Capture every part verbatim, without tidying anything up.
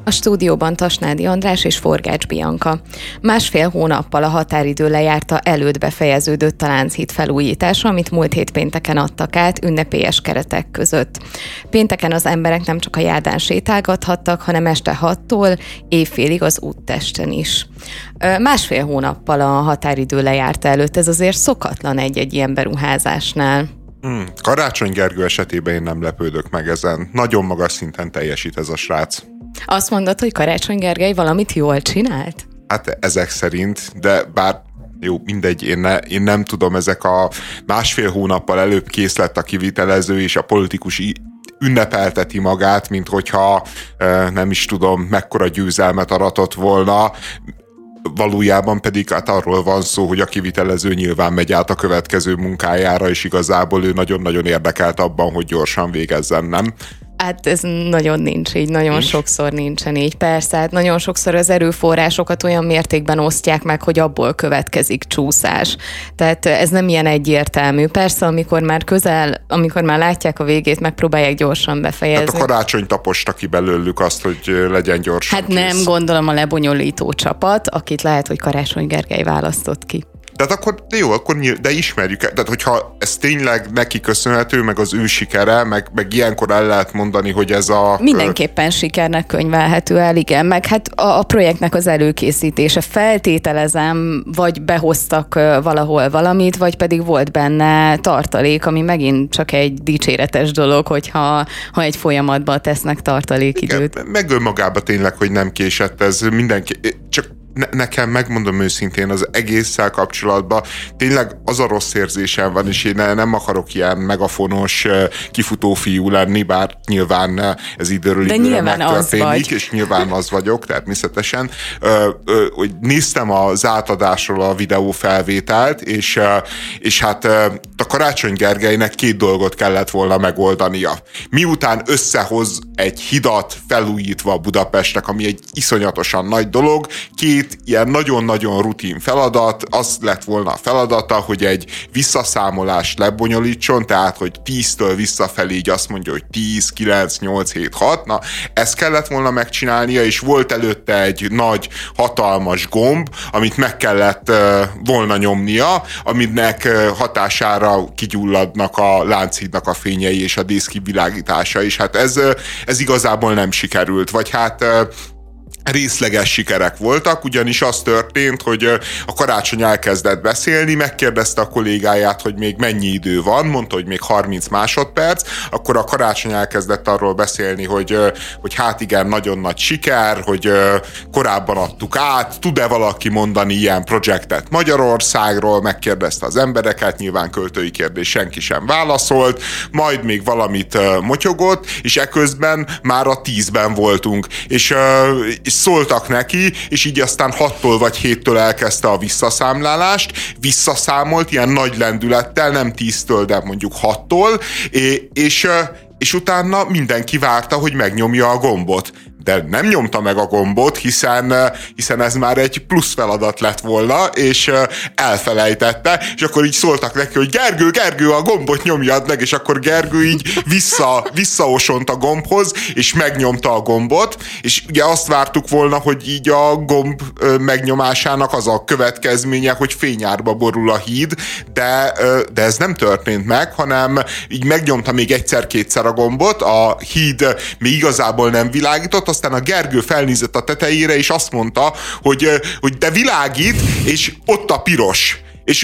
A stúdióban Tasnádi András és Forgács Bianka. Másfél hónappal a határidő lejárta előtt befejeződött a Lánchíd felújítása, amit múlt hét pénteken adtak át ünnepélyes keretek között. Pénteken az emberek nem csak a jádán sétálgathattak, hanem este hattól évfélig az úttesten is. Másfél hónappal a határidő lejárta előtt, ez azért szokatlan egy-egy ilyen beruházásnál. Hmm. Karácsony Gergő esetében én nem lepődök meg ezen. Nagyon magas szinten teljesít ez a srác. Azt mondod, hogy Karácsony Gergely valamit jól csinált? Hát ezek szerint, de bár jó, mindegy, én, ne, én nem tudom, ezek a másfél hónappal előbb kész lett a kivitelező, és a politikus ünnepelteti magát, mint hogyha nem is tudom, mekkora győzelmet aratott volna. Valójában pedig hát arról van szó, hogy a kivitelező nyilván megy át a következő munkájára, és igazából ő nagyon-nagyon érdekelt abban, hogy gyorsan végezzen, nem? Hát ez nagyon nincs így, nagyon nincs. Sokszor nincsen így. Persze, hát nagyon sokszor az erőforrásokat olyan mértékben osztják meg, hogy abból következik csúszás. Tehát ez nem ilyen egyértelmű. Persze, amikor már közel, amikor már látják a végét, megpróbálják gyorsan befejezni. Hát a Karácsony taposta ki belőlük azt, hogy legyen gyorsan Hát nem, kész. Gondolom a lebonyolító csapat, akit lehet, hogy Karácsony Gergely választott ki. Tehát akkor, de jó, akkor nyilv, de ismerjük el. Tehát hogyha ez tényleg neki köszönhető, meg az ő sikere, meg, meg ilyenkor el lehet mondani, hogy ez a... Mindenképpen ö... sikernek könyvelhető el, igen. Meg hát a, a projektnek az előkészítése. Feltételezem, vagy behoztak valahol valamit, vagy pedig volt benne tartalék, ami megint csak egy dicséretes dolog, hogyha ha egy folyamatban tesznek tartalékidőt. Igen, meg önmagában tényleg, hogy nem késett ez mindenki... Csak Ne, nekem, megmondom őszintén, az egésszel kapcsolatban tényleg az a rossz érzésem van, és én nem akarok ilyen megafonos kifutó fiú lenni, bár nyilván ez időről De időre megtörténik, és nyilván az vagyok, természetesen, hogy néztem az átadásról a videófelvételt, és, és hát a Karácsony Gergelynek két dolgot kellett volna megoldania. Miután összehoz egy hidat felújítva Budapestnek, ami egy iszonyatosan nagy dolog, két ilyen nagyon-nagyon rutin feladat, az lett volna a feladata, hogy egy visszaszámolást lebonyolítson, tehát, hogy tíztől visszafelé így azt mondja, hogy tíz, kilenc, nyolc, hét, hat, na, ezt kellett volna megcsinálnia, és volt előtte egy nagy, hatalmas gomb, amit meg kellett uh, volna nyomnia, aminek uh, hatására kigyulladnak a Lánchídnak a fényei és a díszkivilágítása, és hát ez, uh, ez igazából nem sikerült, vagy hát uh, részleges sikerek voltak, ugyanis az történt, hogy a Karácsony elkezdett beszélni, megkérdezte a kollégáját, hogy még mennyi idő van, mondta, hogy még harminc másodperc, akkor a Karácsony elkezdett arról beszélni, hogy, hogy hát igen, nagyon nagy siker, hogy korábban adtuk át, tud-e valaki mondani ilyen projektet Magyarországról, megkérdezte az embereket, nyilván költői kérdés, senki sem válaszolt, majd még valamit motyogott, és eközben már a tízben voltunk, és és szóltak neki, és így aztán hattól vagy héttől elkezdte a visszaszámlálást, visszaszámolt ilyen nagy lendülettel, nem tíztől, de mondjuk hattól, és, és utána mindenki várta, hogy megnyomja a gombot. De nem nyomta meg a gombot, hiszen, hiszen ez már egy plusz feladat lett volna, és elfelejtette, és akkor így szóltak neki, hogy Gergő, Gergő, a gombot nyomjad meg, és akkor Gergő így vissza, visszaosont a gombhoz, és megnyomta a gombot, és ugye azt vártuk volna, hogy így a gomb megnyomásának az a következménye, hogy fényárba borul a híd, de, de ez nem történt meg, hanem így megnyomta még egyszer-kétszer a gombot, a híd még igazából nem világított, aztán a Gergő felnézett a tetejére, és azt mondta, hogy, hogy de világít, és ott a piros. És,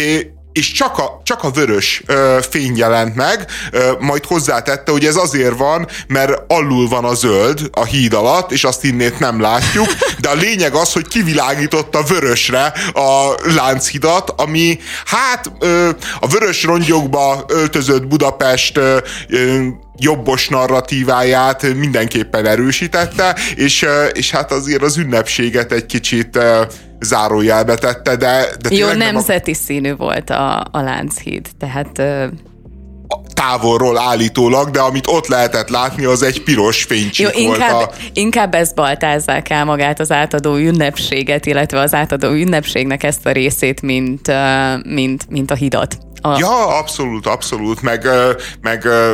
és csak, a, csak a vörös fény jelent meg, majd hozzátette, hogy ez azért van, mert alul van a zöld a híd alatt, és azt innét nem látjuk, de a lényeg az, hogy kivilágította vörösre a Lánchidat, ami hát a vörös rongyokba öltözött Budapest jobbos narratíváját mindenképpen erősítette, és, és hát azért az ünnepséget egy kicsit zárójelbe tette, de... de Jó, nemzeti a... színű volt a, a Lánchíd, tehát... távolról állítólag, de amit ott lehetett látni, az egy piros fénycsík Jó, volt. Inkább, A... inkább ezt baltázzák el magát az átadó ünnepséget, illetve az átadó ünnepségnek ezt a részét, mint, mint, mint a hidat. A... Ja, abszolút, abszolút, meg, meg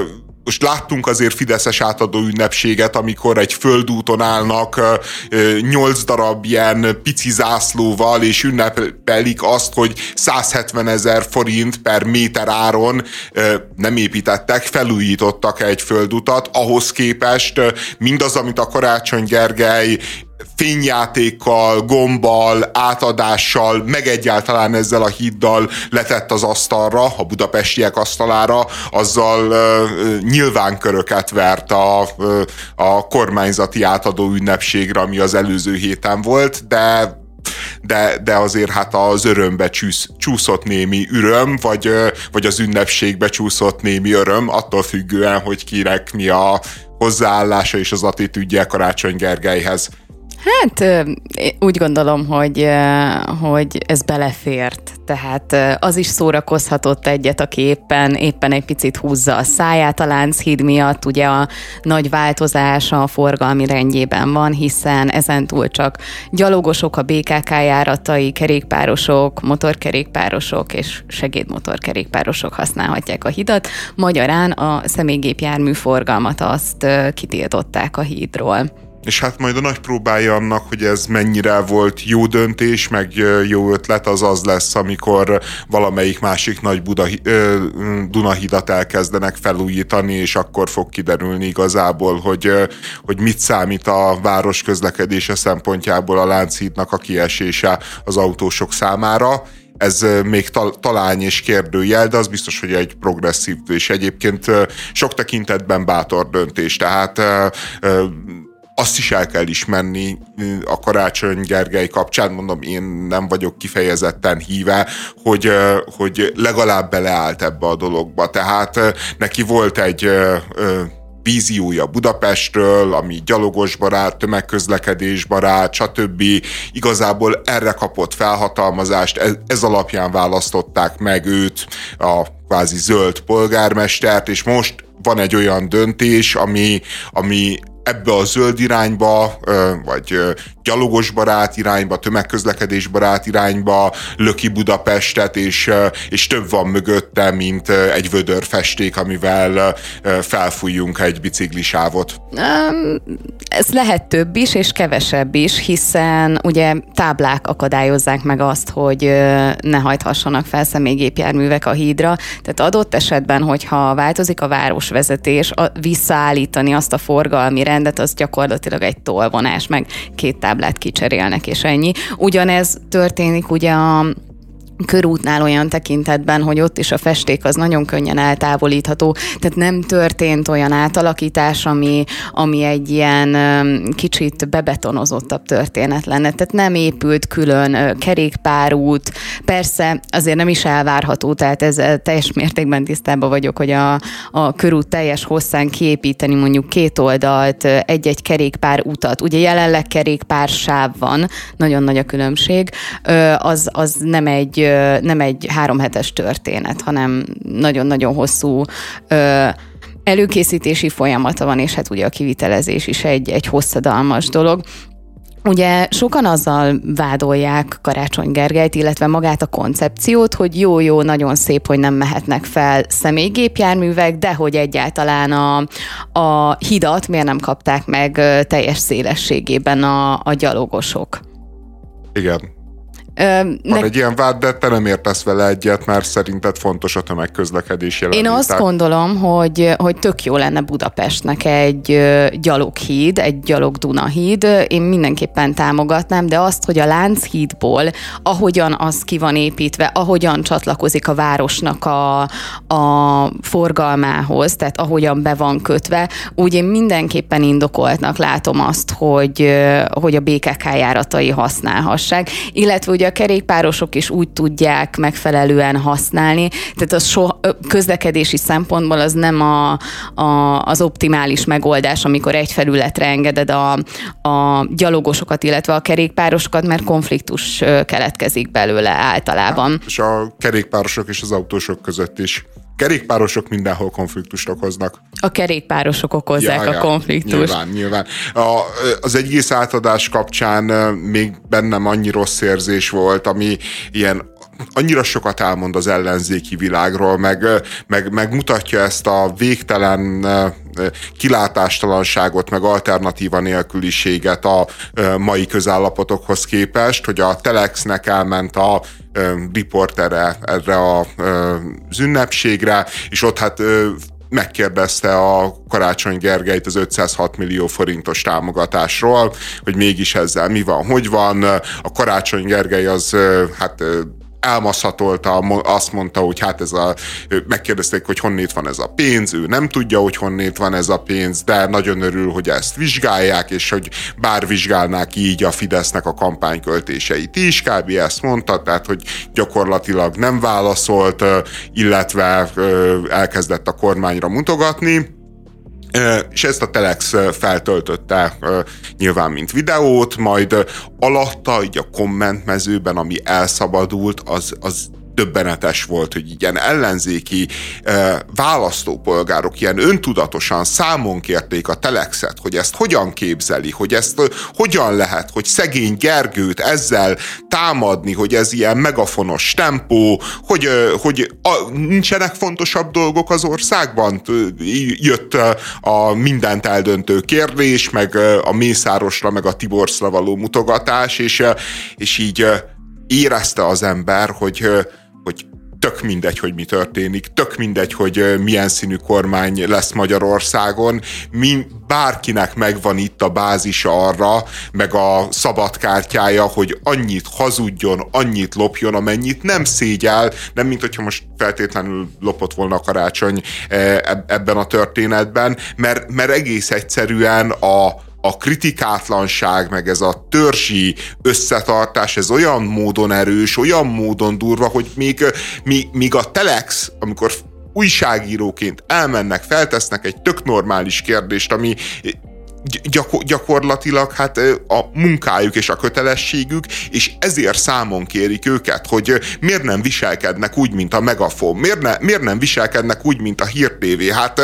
most láttunk azért fideszes átadó ünnepséget, amikor egy földúton állnak nyolc darab ilyen pici zászlóval, és ünnepelik azt, hogy száz hetven ezer forint per méter áron nem építettek, felújítottak egy földutat, ahhoz képest mindaz, amit a Karácsony Gergely fényjátékkal, gombbal, átadással, meg egyáltalán ezzel a híddal letett az asztalra, a budapestiek asztalára, azzal uh, nyilván köröket vert a, uh, a kormányzati átadó ünnepségre, ami az előző héten volt, de De, de azért hát az örömbe csúsz, csúszott némi öröm, vagy, vagy az ünnepségbe csúszott némi öröm, attól függően, hogy kinek mi a hozzáállása és az attitűdje Karácsony Gergelyhez. Hát úgy gondolom, hogy, hogy ez belefért. Tehát az is szórakozhatott egyet, aki éppen, éppen egy picit húzza a száját a Lánchíd miatt. Ugye a nagy változás a forgalmi rendjében van, hiszen ezentúl csak gyalogosok, a bé ká ká járatai, kerékpárosok, motorkerékpárosok és segédmotorkerékpárosok használhatják a hidat. Magyarán a személygépjármű forgalmat azt kitiltották a hídról. És hát majd a nagy próbája annak, hogy ez mennyire volt jó döntés, meg jó ötlet, az az lesz, amikor valamelyik másik nagy Buda, Dunahidat elkezdenek felújítani, és akkor fog kiderülni igazából, hogy, hogy mit számít a város közlekedése szempontjából a Lánchídnak a kiesése az autósok számára. Ez még tal- talány és kérdőjel, de az biztos, hogy egy progresszív, és egyébként sok tekintetben bátor döntés. Tehát azt is el kell ismerni a Karácsony Gergely kapcsán, mondom, én nem vagyok kifejezetten híve, hogy, hogy legalább beleállt ebbe a dologba. Tehát neki volt egy víziója Budapestről, ami gyalogosbarát, tömegközlekedésbarát, stb. Igazából erre kapott felhatalmazást, ez, ez alapján választották meg őt, a kvázi zöld polgármestert, és most van egy olyan döntés, ami, ami ebbe a zöld irányba, vagy gyalogosbarát irányba, tömegközlekedésbarát irányba löki Budapestet, és, és több van mögötte, mint egy vödörfesték, amivel felfújjunk egy biciklisávot. Ez lehet több is, és kevesebb is, hiszen ugye táblák akadályozzák meg azt, hogy ne hajthassanak fel személygépjárművek a hídra. Tehát adott esetben, hogyha változik a városvezetés, visszaállítani azt a forgalmi rendet, az gyakorlatilag egy tolvonás, meg két táblát kicserélnek, és ennyi. Ugyanez történik ugye a körútnál olyan tekintetben, hogy ott is a festék az nagyon könnyen eltávolítható, tehát nem történt olyan átalakítás, ami, ami egy ilyen kicsit bebetonozottabb történet lenne. Tehát nem épült külön kerékpárút, persze azért nem is elvárható, tehát ez teljes mértékben tisztában vagyok, hogy a, a körút teljes hosszán kiépíteni mondjuk két oldalt, egy-egy kerékpár utat, ugye jelenleg kerékpársáv van, nagyon nagy a különbség, az, az nem egy nem egy háromhetes történet, hanem nagyon-nagyon hosszú ö, előkészítési folyamata van, és hát ugye a kivitelezés is egy, egy hosszadalmas dolog. Ugye sokan azzal vádolják Karácsony Gergelyt, illetve magát a koncepciót, hogy jó-jó, nagyon szép, hogy nem mehetnek fel személygépjárművek, de hogy egyáltalán a, a hidat miért nem kapták meg teljes szélességében a, a gyalogosok. Igen. Van ne... egy ilyen vád, de te nem értesz vele egyet, mert szerinted fontos a tömegközlekedés jelenléte. Én azt gondolom, hogy, hogy tök jó lenne Budapestnek egy gyaloghíd, egy gyalog-Dunahíd. Én mindenképpen támogatnám, de azt, hogy a Lánchídból, ahogyan az ki van építve, ahogyan csatlakozik a városnak a, a forgalmához, tehát ahogyan be van kötve, úgy én mindenképpen indokoltnak látom azt, hogy, hogy a bé ká ká járatai használhassák, illetve ugye a kerékpárosok is úgy tudják megfelelően használni, tehát az so, közlekedési szempontból az nem a, a, az optimális megoldás, amikor egy felületre engeded a, a gyalogosokat, illetve a kerékpárosokat, mert konfliktus keletkezik belőle általában. És a kerékpárosok és az autósok között is. Kerékpárosok mindenhol konfliktust okoznak. A kerékpárosok okozzák ja, a ja, konfliktust. Nyilván, nyilván. A, az egész átadás kapcsán még bennem annyi rossz érzés volt, ami ilyen annyira sokat elmond az ellenzéki világról, meg, meg, meg mutatja ezt a végtelen kilátástalanságot, meg alternatíva nélküliséget a mai közállapotokhoz képest, hogy a Telexnek elment a riportere erre az ünnepségre, és ott hát megkérdezte a Karácsony Gergelyt az ötszázhat millió forintos támogatásról, hogy mégis ezzel mi van, hogy van. A Karácsony Gergely az hát elmaszhatolta, azt mondta, hogy hát ez a, megkérdezték, hogy honnét van ez a pénz, ő nem tudja, hogy honnét van ez a pénz, de nagyon örül, hogy ezt vizsgálják, és hogy bár vizsgálnák így a Fidesznek a kampányköltéseit is, kb. Ezt mondta, tehát, hogy gyakorlatilag nem válaszolt, illetve elkezdett a kormányra mutogatni. És ezt a Telex feltöltötte nyilván, mint videót, majd alatta, így a kommentmezőben, ami elszabadult, az, az döbbenetes volt, hogy ilyen ellenzéki e, választópolgárok ilyen öntudatosan számon kérték a Telexet, hogy ezt hogyan képzeli, hogy ezt e, hogyan lehet, hogy szegény Gergőt ezzel támadni, hogy ez ilyen megafonos tempó, hogy, e, hogy a, nincsenek fontosabb dolgok az országban. Jött a mindent eldöntő kérdés, meg a Mészárosra, meg a Tiborcra való mutogatás, és, és így érezte az ember, hogy hogy tök mindegy, hogy mi történik, tök mindegy, hogy milyen színű kormány lesz Magyarországon, mi, bárkinek megvan itt a bázisa arra, meg a szabadkártyája, hogy annyit hazudjon, annyit lopjon, amennyit nem szégyel, nem mint hogyha most feltétlenül lopott volna a Karácsony ebben a történetben, mert, mert egész egyszerűen a a kritikátlanság, meg ez a törzsi összetartás, ez olyan módon erős, olyan módon durva, hogy még, még, még a Telex, amikor újságíróként elmennek, feltesznek egy tök normális kérdést, ami gyakor- gyakorlatilag hát a munkájuk és a kötelességük, és ezért számon kérik őket, hogy miért nem viselkednek úgy, mint a Megafon, miért, ne, miért nem viselkednek úgy, mint a Hír té vé. Hát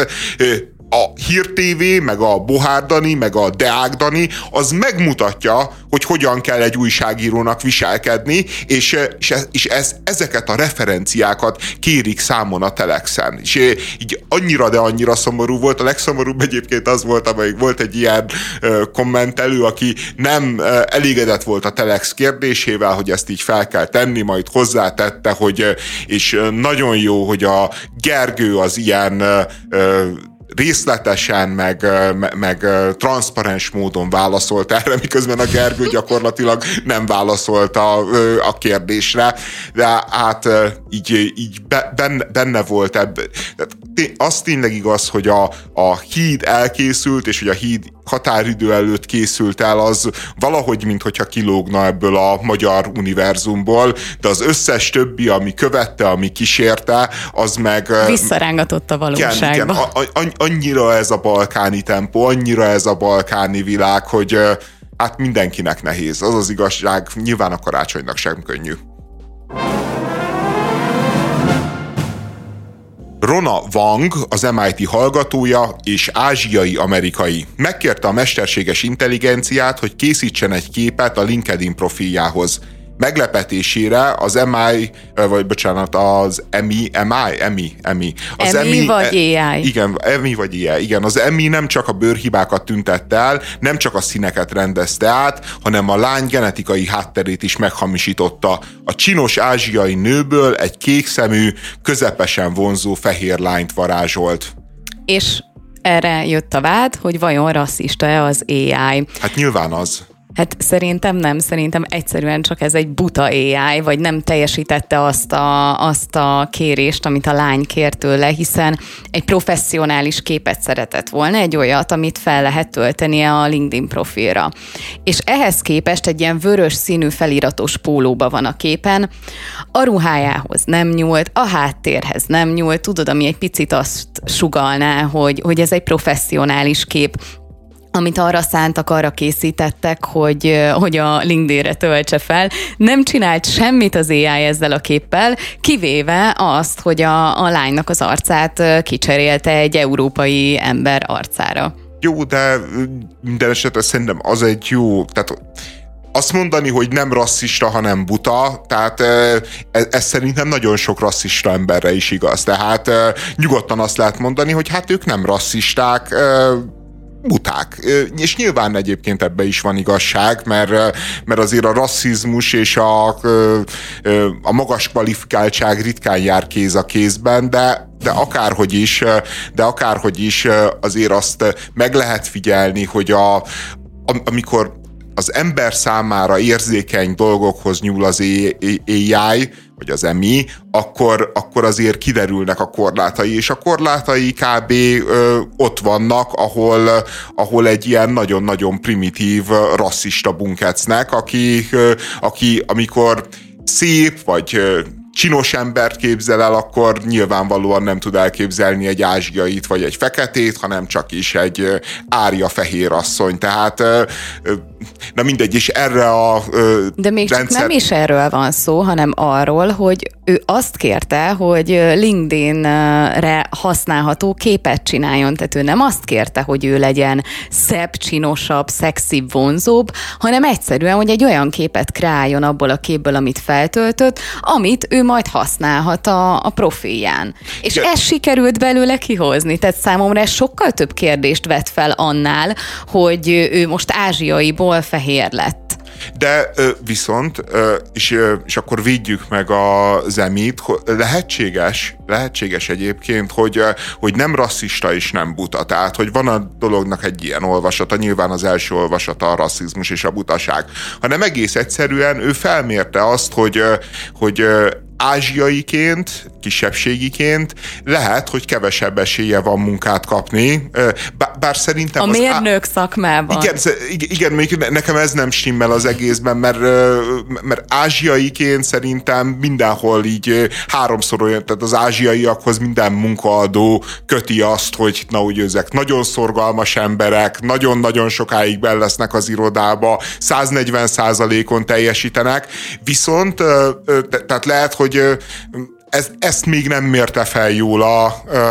a Hír té vé, meg a Bohár Dani, meg a Deák Dani, az megmutatja, hogy hogyan kell egy újságírónak viselkedni, és, és, és ez, ezeket a referenciákat kérik számon a Telexen. És így annyira, de annyira szomorú volt. A legszomorúbb egyébként az volt, amelyik volt egy ilyen kommentelő, aki nem elégedett volt a Telex kérdésével, hogy ezt így fel kell tenni, majd hozzátette, hogy és nagyon jó, hogy a Gergő az ilyen részletesen, meg, meg, meg transzparens módon válaszolt erre, miközben a Gergő gyakorlatilag nem válaszolt a, a kérdésre, de hát így, így benne, benne volt ebben. Az tényleg igaz, hogy a, a híd elkészült, és hogy a híd határidő előtt készült el, az valahogy, minthogyha kilógna ebből a magyar univerzumból, de az összes többi, ami követte, ami kísérte, az meg visszarángatott a valóságba. Igen, igen, a, a, annyira ez a balkáni tempó, annyira ez a balkáni világ, hogy hát mindenkinek nehéz. Az az igazság, nyilván a Karácsonynak sem könnyű. Rona Wang, az em i té hallgatója és ázsiai-amerikai. Megkérte a mesterséges intelligenciát, hogy készítsen egy képet a LinkedIn profiljához. Meglepetésére az em i, vagy bocsánat, az em i, em i, em i, em i. Az em i vagy á i. Igen, em i vagy á i. Igen, az em i nem csak a bőrhibákat tüntette el, nem csak a színeket rendezte át, hanem a lány genetikai hátterét is meghamisította. A csinos ázsiai nőből egy kékszemű, közepesen vonzó fehér lányt varázsolt. És erre jött a vád, hogy vajon rasszista-e az á i? Hát nyilván az. Hát szerintem nem, szerintem egyszerűen csak ez egy buta á i, vagy nem teljesítette azt a, azt a kérést, amit a lány kért tőle, hiszen egy professzionális képet szeretett volna, egy olyat, amit fel lehet töltenie a LinkedIn profilra. És ehhez képest egy ilyen vörös színű feliratos pólóba van a képen, a ruhájához nem nyúlt, a háttérhez nem nyúlt, tudod, ami egy picit azt sugallná, hogy, hogy ez egy professzionális kép, amit arra szántak, arra készítettek, hogy, hogy a LinkedIn-re töltse fel. Nem csinált semmit az á i ezzel a képpel, kivéve azt, hogy a, a lánynak az arcát kicserélte egy európai ember arcára. Jó, de minden esetre szerintem az egy jó, tehát azt mondani, hogy nem rasszista, hanem buta, tehát ez, ez szerintem nagyon sok rasszista emberre is igaz. Tehát nyugodtan azt lehet mondani, hogy hát ők nem rasszisták, buták. És nyilván egyébként ebben is van igazság, mert, mert azért a rasszizmus és a, a magas kvalifikáltság ritkán jár kéz a kézben, de, de akárhogy is, de akárhogy is azért azt meg lehet figyelni, hogy a, amikor az ember számára érzékeny dolgokhoz nyúl az á i, vagy az em i, akkor, akkor azért kiderülnek a korlátai, és a korlátai kb. Ö, ott vannak, ahol, ahol egy ilyen nagyon-nagyon primitív rasszista bunkecnek, aki, ö, aki amikor szép, vagy ö, csinos embert képzel el, akkor nyilvánvalóan nem tud elképzelni egy ázsiait, vagy egy feketét, hanem csak is egy árja fehér asszony. Tehát na mindegy, és erre a De még rendszer... csak nem is erről van szó, hanem arról, hogy ő azt kérte, hogy LinkedIn-re használható képet csináljon. Tehát ő nem azt kérte, hogy ő legyen szebb, csinosabb, szexibb, vonzóbb, hanem egyszerűen, hogy egy olyan képet kreáljon abból a képből, amit feltöltött, amit ő majd használhat a, a profilján. És ja. ez sikerült belőle kihozni. Tehát számomra ez sokkal több kérdést vet fel annál, hogy ő most ázsiaiból fehér lett. De viszont, és, és akkor védjük meg az emit, lehetséges, lehetséges egyébként, hogy, hogy nem rasszista és nem buta. Tehát, hogy van a dolognak egy ilyen olvasata, nyilván az első olvasata a rasszizmus és a butaság, hanem egész egyszerűen ő felmérte azt, hogy, hogy ázsiaiként, kisebbségiként lehet, hogy kevesebb esélye van munkát kapni, bár szerintem... A mérnök á... szakmában. Igen, igen, még nekem ez nem stimmel az egészben, mert, mert ázsiaiként szerintem mindenhol így háromszor olyan, tehát az ázsiaiakhoz minden munkaadó köti azt, hogy na úgy ezek nagyon szorgalmas emberek, nagyon-nagyon sokáig benn lesznek az irodába, száznegyven százalékon teljesítenek, viszont tehát lehet, hogy Ez, ezt még nem mérte fel jól a,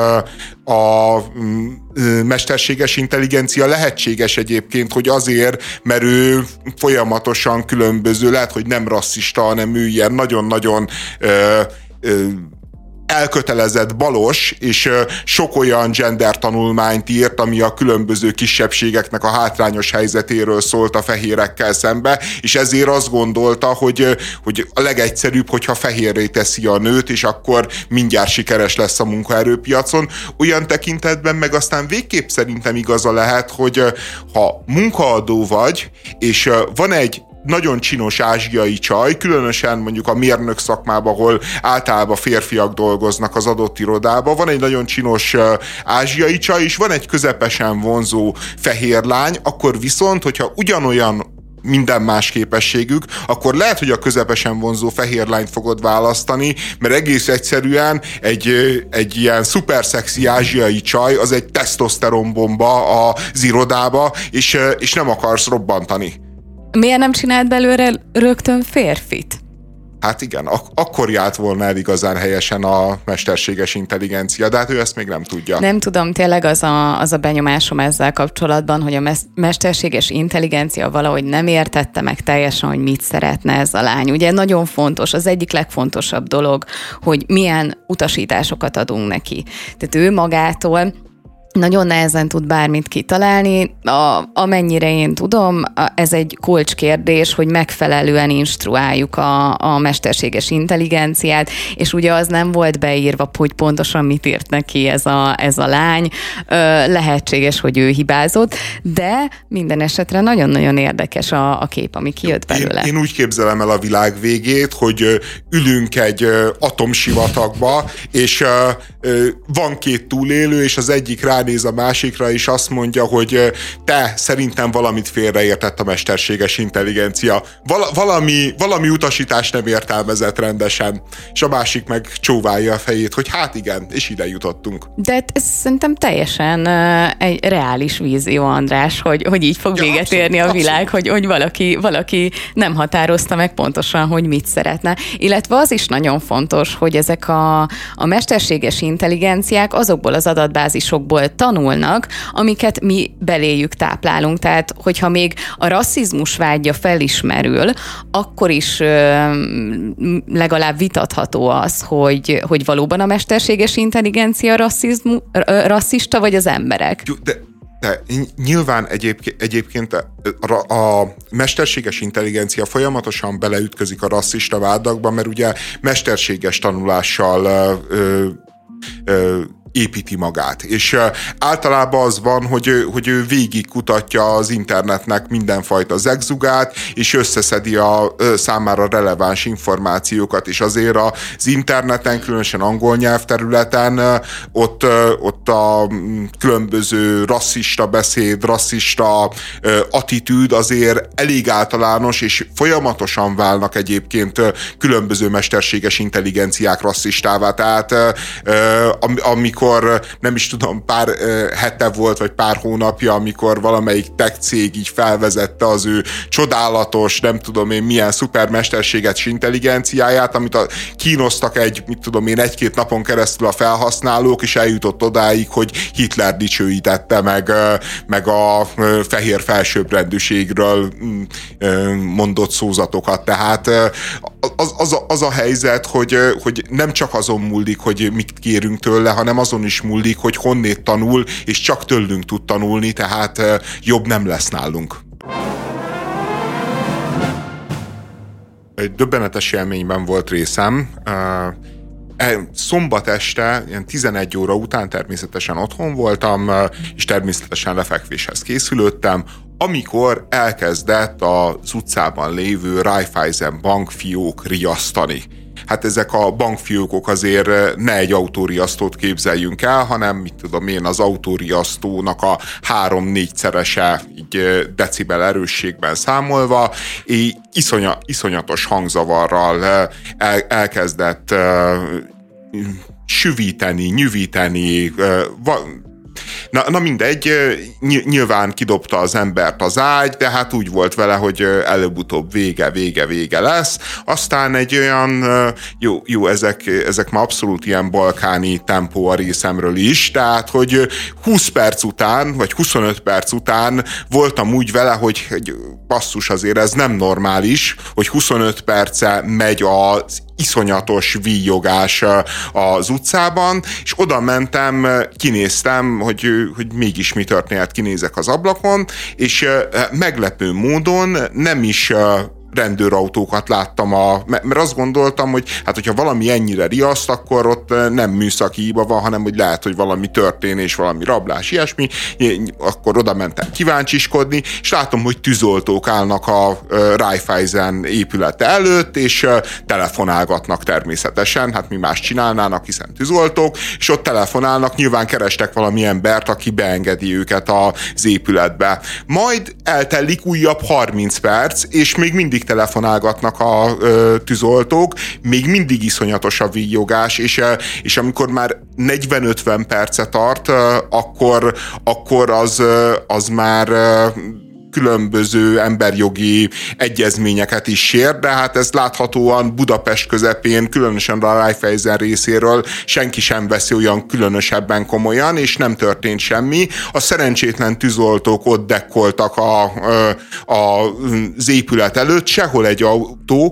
a mesterséges intelligencia. Lehetséges egyébként, hogy azért, mert ő folyamatosan különböző, lehet, hogy nem rasszista, hanem ő ilyen nagyon-nagyon ö, ö, elkötelezett balos, és sok olyan gender tanulmányt írt, ami a különböző kisebbségeknek a hátrányos helyzetéről szólt a fehérekkel szembe, és ezért azt gondolta, hogy, hogy a legegyszerűbb, hogyha fehérré teszi a nőt, és akkor mindjárt sikeres lesz a munkaerőpiacon. Olyan tekintetben meg aztán végképp szerintem igaza lehet, hogy ha munkaadó vagy, és van egy nagyon csinos ázsiai csaj, különösen mondjuk a mérnök szakmában, ahol általában férfiak dolgoznak az adott irodában, van egy nagyon csinos ázsiai csaj, és van egy közepesen vonzó fehér lány, akkor viszont, hogyha ugyanolyan minden más képességük, akkor lehet, hogy a közepesen vonzó fehér lányt fogod választani, mert egész egyszerűen egy, egy ilyen szuper szexi ázsiai csaj, az egy tesztoszteronbomba az irodába, és, és nem akarsz robbantani. Miért nem csinált belőle rögtön férfit? Hát igen, ak- akkor járt volna el igazán helyesen a mesterséges intelligencia, de hát ő ezt még nem tudja. Nem tudom, tényleg az a, az a benyomásom ezzel kapcsolatban, hogy a mes- mesterséges intelligencia valahogy nem értette meg teljesen, hogy mit szeretne ez a lány. Ugye nagyon fontos, az egyik legfontosabb dolog, hogy milyen utasításokat adunk neki. Tehát ő magától nagyon nehezen tud bármit kitalálni, a, amennyire én tudom, a, ez egy kulcskérdés, hogy megfelelően instruáljuk a, a mesterséges intelligenciát, és ugye az nem volt beírva, hogy pontosan mit írt neki ez a, ez a lány, Ö, lehetséges, hogy ő hibázott, de minden esetre nagyon-nagyon érdekes a, a kép, ami kijött belőle. Én, én úgy képzelem el a világ végét, hogy ülünk egy atomsivatagba, és van két túlélő, és az egyik rá néz a másikra, és azt mondja, hogy te, szerintem valamit félreértett a mesterséges intelligencia. Val- valami, valami utasítást nem értelmezett rendesen, és a másik meg csóválja a fejét, hogy hát igen, és ide jutottunk. De ez szerintem teljesen uh, egy reális vízió, András, hogy, hogy így fog ja, véget abszolút, érni a világ, abszolút. hogy, hogy valaki, valaki nem határozta meg pontosan, hogy mit szeretne. Illetve az is nagyon fontos, hogy ezek a, a mesterséges intelligenciák azokból az adatbázisokból tanulnak, amiket mi beléjük táplálunk. Tehát, hogyha még a rasszizmus vágya felismerül, akkor is ö, legalább vitatható az, hogy, hogy valóban a mesterséges intelligencia rasszizmu, rasszista, vagy az emberek. De, de nyilván egyébként, egyébként a, a mesterséges intelligencia folyamatosan beleütközik a rasszista vádakba, mert ugye mesterséges tanulással ö, ö, építi magát. És uh, általában az van, hogy, hogy ő végig kutatja az internetnek mindenfajta zegzugát, és összeszedi a uh, számára releváns információkat, és azért az interneten, különösen angol nyelvterületen uh, ott, uh, ott a különböző rasszista beszéd, rasszista uh, attitűd azért elég általános, és folyamatosan válnak egyébként uh, különböző mesterséges intelligenciák rasszistává. Tehát uh, uh, amikor nem is tudom, pár uh, hete volt, vagy pár hónapja, amikor valamelyik tech cég így felvezette az ő csodálatos, nem tudom én milyen szupermesterséges intelligenciáját, amit a, kínoztak egy, mit tudom én, egy-két napon keresztül a felhasználók, és eljutott odáig, hogy Hitler dicsőítette meg, uh, meg a uh, fehér felsőbbrendűségről uh, mondott szózatokat. Tehát uh, az, az, a, az a helyzet, hogy, uh, hogy nem csak azon múlik, hogy mit kérünk tőle, hanem azon is múlik, hogy honnét tanul, és csak tőlünk tud tanulni, tehát jobb nem lesz nálunk. Egy döbbenetes élményben volt részem. Szombat este, ilyen tizenegy óra után természetesen otthon voltam, és természetesen lefekvéshez készülődtem, amikor elkezdett az utcában lévő Raiffeisen bankfiók riasztani. Hát ezek a bankfiókok azért ne egy autóriasztót képzeljünk el, hanem mit tudom én, az autóriasztónak a három-négyszerese így decibel erősségben számolva, és iszonya, iszonyatos hangzavarral el, elkezdett uh, süvíteni, nyüvíteni, uh, va- Na, na mindegy, nyilván kidobta az embert az ágy, de hát úgy volt vele, hogy előbb-utóbb vége, vége, vége lesz. Aztán egy olyan, jó, jó ezek, ezek már abszolút ilyen balkáni tempó a részemről is, tehát, hogy húsz perc után, vagy huszonöt perc után voltam úgy vele, hogy basszus, azért ez nem normális, hogy huszonöt perce megy az iszonyatos víjogás az utcában, és oda mentem, kinéztem, hogy, hogy mégis mi történt, kinézek az ablakon, és meglepő módon nem is rendőrautókat láttam, a, mert azt gondoltam, hogy hát hogyha valami ennyire riaszt, akkor ott nem műszaki hiba van, hanem hogy lehet, hogy valami történés, valami rablás, ilyesmi, akkor oda mentem kíváncsiskodni, és látom, hogy tűzoltók állnak a Raiffeisen épülete előtt, és telefonálgatnak természetesen, hát mi más csinálnának, hiszen tűzoltók, és ott telefonálnak, nyilván kerestek valami embert, aki beengedi őket az épületbe. Majd eltelik újabb harminc perc, és még mindig telefonálgatnak a ö, tűzoltók, még mindig iszonyatos a víjogás, és, és amikor már negyven-ötven perce tart, akkor, akkor az, az már különböző emberjogi egyezményeket is sér, de hát ez láthatóan Budapest közepén, különösen a Raiffeisen részéről senki sem veszi olyan különösebben komolyan, és nem történt semmi. A szerencsétlen tűzoltók ott dekkoltak a, a, az épület előtt, sehol egy autó.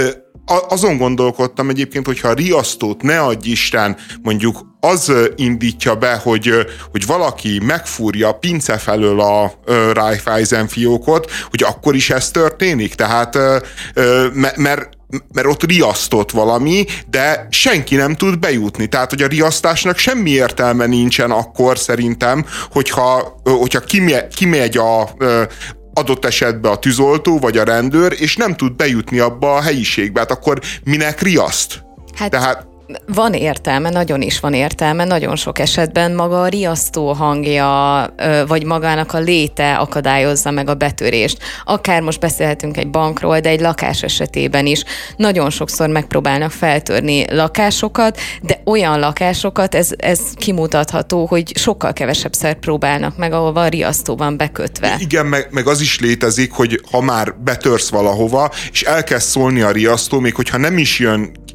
Azon gondolkodtam egyébként, hogyha a riasztót, ne adj Isten, mondjuk az indítja be, hogy, hogy valaki megfúrja pince felől a Raiffeisen fiókot, hogy akkor is ez történik. Tehát, mert mert ott riasztott valami, de senki nem tud bejutni. Tehát, hogy a riasztásnak semmi értelme nincsen akkor szerintem, hogyha, hogyha kimegy a adott esetben a tűzoltó vagy a rendőr, és nem tud bejutni abba a helyiségbe, hát akkor minek riaszt? Hát... Tehát van értelme, nagyon is van értelme, nagyon sok esetben maga a riasztó hangja, vagy magának a léte akadályozza meg a betörést. Akár most beszélhetünk egy bankról, de egy lakás esetében is nagyon sokszor megpróbálnak feltörni lakásokat, de olyan lakásokat, ez, ez kimutatható, hogy sokkal kevesebbszer próbálnak meg, ahol a riasztó van bekötve. Igen, meg, meg az is létezik, hogy ha már betörsz valahova, és elkezd szólni a riasztó, még hogyha nem is jön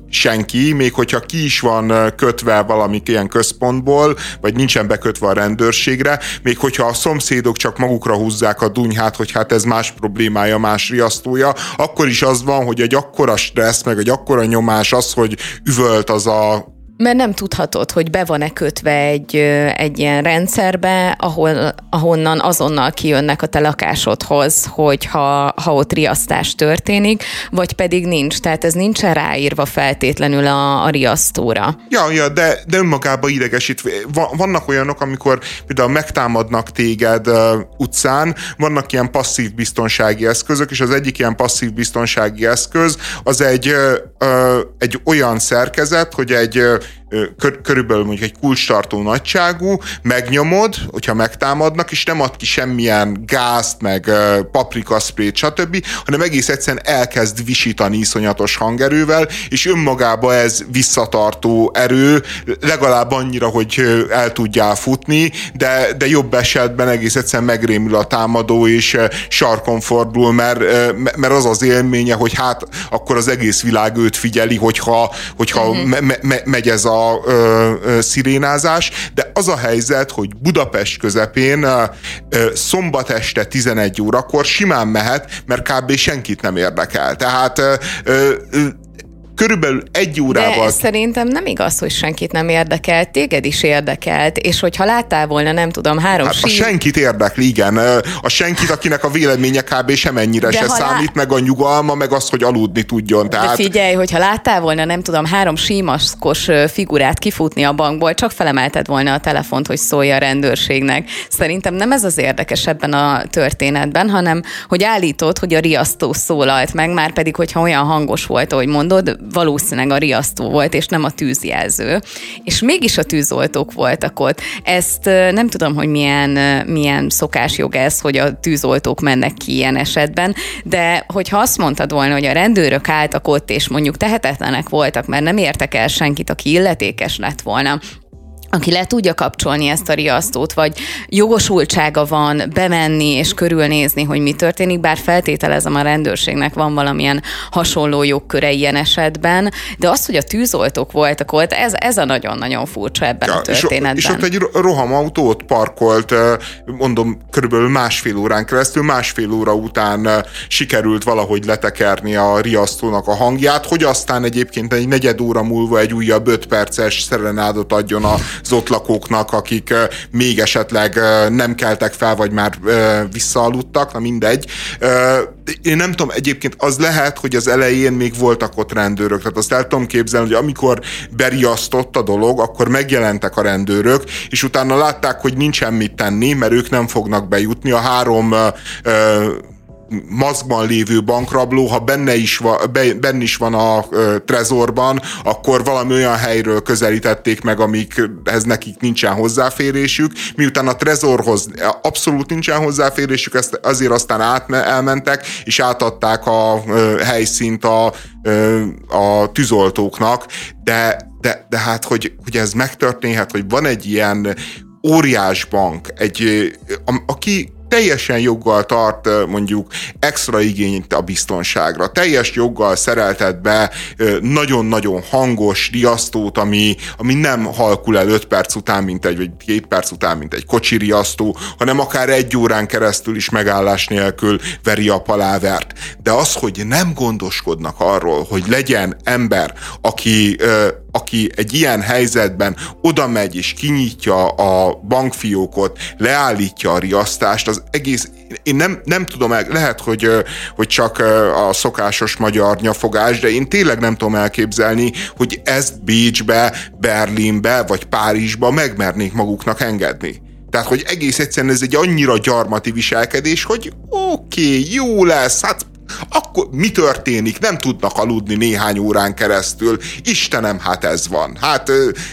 senki, még hogyha ki is van kötve valamik ilyen központból, vagy nincsen bekötve a rendőrségre, még hogyha a szomszédok csak magukra húzzák a dunyhát, hogy hát ez más problémája, más riasztója, akkor is az van, hogy egy akkora stressz, meg egy akkora nyomás az, hogy üvölt az a Mert nem tudhatod, hogy be van-e kötve egy, egy ilyen rendszerbe, ahol, ahonnan azonnal kijönnek a te lakásodhoz, hogyha ha ott riasztás történik, vagy pedig nincs. Tehát ez nincsen ráírva feltétlenül a, a riasztóra. Ja, ja, de, de önmagában idegesít. Vannak olyanok, amikor például megtámadnak téged uh, utcán, vannak ilyen passzív biztonsági eszközök, és az egyik ilyen passzív biztonsági eszköz az egy, uh, egy olyan szerkezet, hogy egy Kör, körülbelül mondjuk egy kulcstartó nagyságú, megnyomod, hogyha megtámadnak, és nem ad ki semmilyen gázt, meg uh, paprikaszprét, stb., hanem egész egyszerűen elkezd visítani iszonyatos hangerővel, és önmagában ez visszatartó erő, legalább annyira, hogy el tudjál futni, de, de jobb esetben egész egyszerűen megrémül a támadó, és uh, sarkon fordul, mert, uh, mert az az élménye, hogy hát akkor az egész világ őt figyeli, hogyha, hogyha mm-hmm. me- me- megy ez a A, ö, ö, szirénázás, de az a helyzet, hogy Budapest közepén ö, ö, szombat este tizenegy órakor simán mehet, mert kb. Senkit nem érdekel. Tehát ö, ö, körülbelül egy órával... De szerintem nem igaz, hogy senkit nem érdekelt, téged is érdekelt, és hogyha láttál volna, nem tudom, három hát sí... A senkit érdekli, igen. A senkit, akinek a véleménye kb. Semennyire se számít, lá... meg a nyugalma, meg az, hogy aludni tudjon. Tehát... De figyelj, hogyha láttál volna, nem tudom, három símaszkos figurát kifutni a bankból, csak felemelted volna a telefont, hogy szólj a rendőrségnek. Szerintem nem ez az érdekes ebben a történetben, hanem, hogy állítod, hogy a riasztó szólalt meg, már pedig, hogyha olyan hangos volt, ahogy mondod, valószínűleg a riasztó volt, és nem a tűzjelző. És mégis a tűzoltók voltak ott. Ezt nem tudom, hogy milyen, milyen szokásjog ez, hogy a tűzoltók mennek ki ilyen esetben, de hogyha azt mondtad volna, hogy a rendőrök álltak ott, és mondjuk tehetetlenek voltak, mert nem értek el senkit, aki illetékes lett volna, aki le tudja kapcsolni ezt a riasztót, vagy jogosultsága van bemenni és körülnézni, hogy mi történik, bár feltételezem a rendőrségnek van valamilyen hasonló jogköre ilyen esetben, de az, hogy a tűzoltók voltak ott, ez, ez a nagyon-nagyon furcsa ebben ja, a történetben. És, és ott egy rohamautó ott parkolt, mondom, körülbelül másfél órán keresztül, másfél óra után sikerült valahogy letekerni a riasztónak a hangját, hogy aztán egyébként egy negyed óra múlva egy újabb öt perces szerenádot adjon a az ott lakóknak, akik uh, még esetleg uh, nem keltek fel, vagy már uh, visszaaludtak, na mindegy. Uh, én nem tudom, egyébként az lehet, hogy az elején még voltak ott rendőrök, tehát azt el tudom képzelni, hogy amikor beriasztott a dolog, akkor megjelentek a rendőrök, és utána látták, hogy nincsen mit tenni, mert ők nem fognak bejutni. A három uh, uh, maszkban lévő bankrabló, ha benne is van, benne is van a ö, trezorban, akkor valami olyan helyről közelítették meg, amikhez nekik nincsen hozzáférésük. Miután a trezorhoz abszolút nincsen hozzáférésük, ezt azért aztán át, elmentek, és átadták a ö, helyszínt a, ö, a tűzoltóknak, de, de, de hát, hogy, hogy ez megtörténhet, hogy van egy ilyen óriás bank, egy, a, aki teljesen joggal tart mondjuk extra igényt a biztonságra. Teljes joggal szereltet be nagyon-nagyon hangos riasztót, ami, ami nem halkul el öt perc után, mint egy, vagy két perc után, mint egy kocsi riasztó, hanem akár egy órán keresztül is megállás nélkül veri a palávert. De az, hogy nem gondoskodnak arról, hogy legyen ember, aki aki egy ilyen helyzetben oda megy és kinyitja a bankfiókot, leállítja a riasztást, az egész, én nem, nem tudom, lehet, hogy, hogy csak a szokásos magyar nyafogás, de én tényleg nem tudom elképzelni, hogy ezt Bécsbe, Berlinbe vagy Párizsba megmernék maguknak engedni. Tehát, hogy egész egyszerűen ez egy annyira gyarmati viselkedés, hogy oké, okay, jó lesz, hát akkor mi történik? Nem tudnak aludni néhány órán keresztül. Istenem, hát ez van. Hát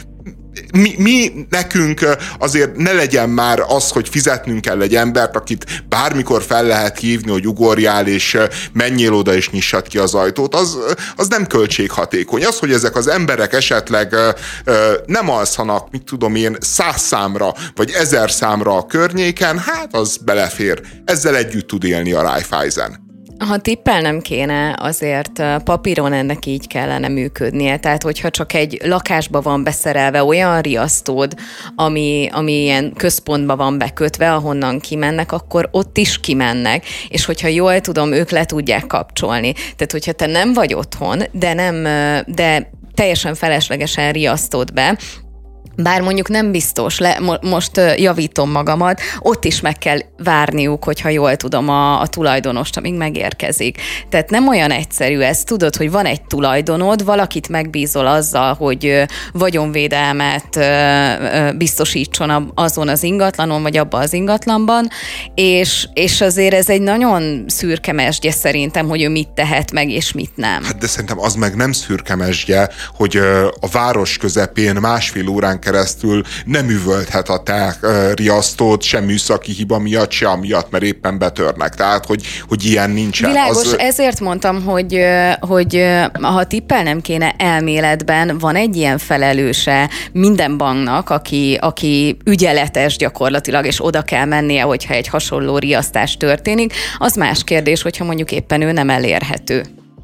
mi, mi nekünk azért ne legyen már az, hogy fizetnünk kell egy embert, akit bármikor fel lehet hívni, hogy ugorjál, és menjél oda, és nyissad ki az ajtót. Az, az nem költséghatékony. Az, hogy ezek az emberek esetleg nem alszanak, mit tudom én, száz számra, vagy ezer számra a környéken, hát az belefér. Ezzel együtt tud élni a Raiffeisen. Ha tippelnem kéne, azért papíron ennek így kellene működnie. Tehát, hogyha csak egy lakásba van beszerelve olyan riasztód, ami, ami ilyen központba van bekötve, ahonnan kimennek, akkor ott is kimennek. És hogyha jól tudom, ők le tudják kapcsolni. Tehát, hogyha te nem vagy otthon, de nem, de teljesen feleslegesen riasztod be, bár mondjuk nem biztos, le, mo- most javítom magamat, ott is meg kell várniuk, hogyha jól tudom, a, a tulajdonost, amíg megérkezik. Tehát nem olyan egyszerű ez. Tudod, hogy van egy tulajdonod, valakit megbízol azzal, hogy vagyonvédelmet biztosítson azon az ingatlanon, vagy abban az ingatlanban, és, és azért ez egy nagyon szürke mesdje szerintem, hogy ő mit tehet meg, és mit nem. Hát de szerintem az meg nem szürke mesdje, hogy a város közepén másfél órán keresztül nem üvölthet a te riasztót, sem műszaki hiba miatt, se amiatt, mert éppen betörnek. Tehát, hogy, hogy ilyen nincsen. Világos, az... ezért mondtam, hogy, hogy ha tippelnem kéne, elméletben van egy ilyen felelőse minden banknak, aki, aki ügyeletes gyakorlatilag, és oda kell mennie, hogyha egy hasonló riasztás történik. Az más kérdés, hogyha mondjuk éppen ő nem elérhető.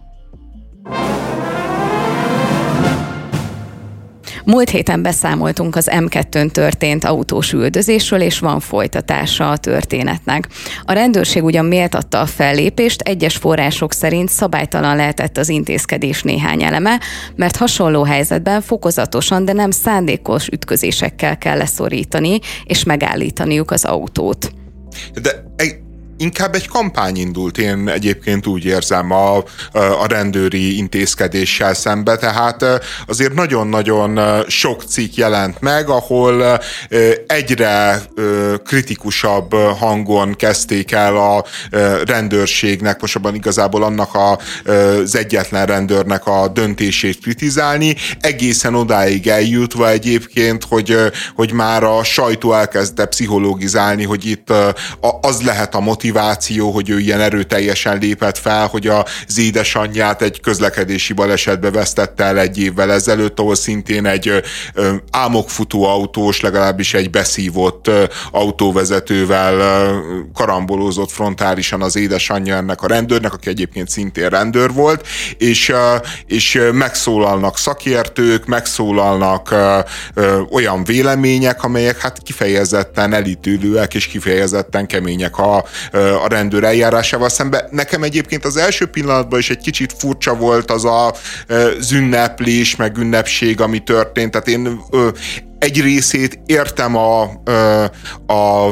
Múlt héten beszámoltunk az em kettőn történt autós üldözésről, és van folytatása a történetnek. A rendőrség ugyan méltatta a fellépést, egyes források szerint szabálytalan lehetett az intézkedés néhány eleme, mert hasonló helyzetben fokozatosan, de nem szándékos ütközésekkel kell leszorítani, és megállítaniuk az autót. De egy... Inkább egy kampány indult, én egyébként úgy érzem a, a rendőri intézkedéssel szembe, tehát azért nagyon-nagyon sok cikk jelent meg, ahol egyre kritikusabb hangon kezdték el a rendőrségnek, most abban igazából annak az egyetlen rendőrnek a döntését kritizálni, egészen odáig eljutva egyébként, hogy, hogy már a sajtó elkezdte pszichológizálni, hogy itt az lehet a motiváció, hogy ő ilyen erőteljesen lépett fel, hogy az édesanyját egy közlekedési balesetbe vesztette el egy évvel ezelőtt, ahol szintén egy álmokfutó autós, legalábbis egy beszívott autóvezetővel karambolózott frontálisan az édesanyja ennek a rendőrnek, aki egyébként szintén rendőr volt, és, és megszólalnak szakértők, megszólalnak olyan vélemények, amelyek hát kifejezetten elítélőek és kifejezetten kemények a a rendőr eljárásával szemben. Nekem egyébként az első pillanatban is egy kicsit furcsa volt az a az ünneplés, meg ünnepség, ami történt. Tehát én egy részét értem a, a,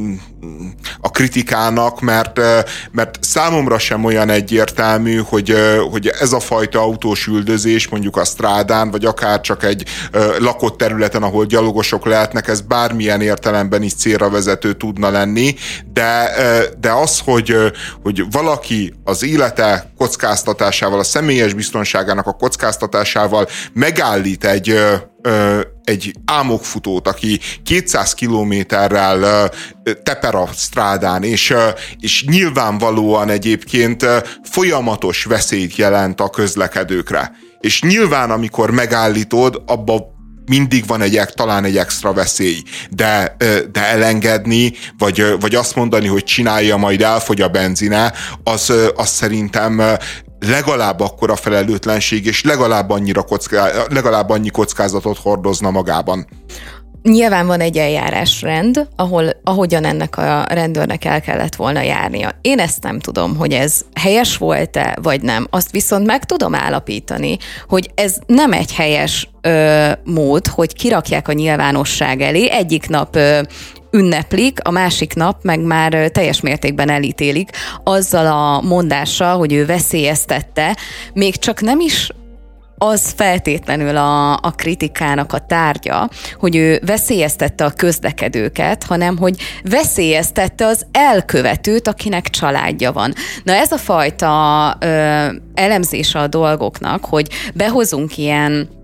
a kritikának, mert, mert számomra sem olyan egyértelmű, hogy, hogy ez a fajta autós üldözés mondjuk a strádán, vagy akár csak egy lakott területen, ahol gyalogosok lehetnek, ez bármilyen értelemben is célra vezető tudna lenni, de, de az, hogy, hogy valaki az élete kockáztatásával, a személyes biztonságának a kockáztatásával megállít egy egy ámokfutót, aki kétszáz kilométerrel teper a strádán, és, és nyilvánvalóan egyébként folyamatos veszélyt jelent a közlekedőkre. És nyilván, amikor megállítod, abba mindig van egy, talán egy extra veszély, de, de elengedni, vagy, vagy azt mondani, hogy csinálja, majd elfogy a benzine, az, az szerintem legalább akkora felelőtlenség, és legalább, annyira kocká, legalább annyi kockázatot hordozna magában. Nyilván van egy eljárásrend, ahol, ahogyan ennek a rendőrnek el kellett volna járnia. Én ezt nem tudom, hogy ez helyes volt-e, vagy nem. Azt viszont meg tudom állapítani, hogy ez nem egy helyes ö, mód, hogy kirakják a nyilvánosság elé. Egyik nap ö, ünneplik, a másik nap meg már teljes mértékben elítélik azzal a mondással, hogy ő veszélyeztette, még csak nem is az feltétlenül a, a kritikának a tárgya, hogy ő veszélyeztette a közlekedőket, hanem hogy veszélyeztette az elkövetőt, akinek családja van. Na ez a fajta ö, elemzése a dolgoknak, hogy behozunk ilyen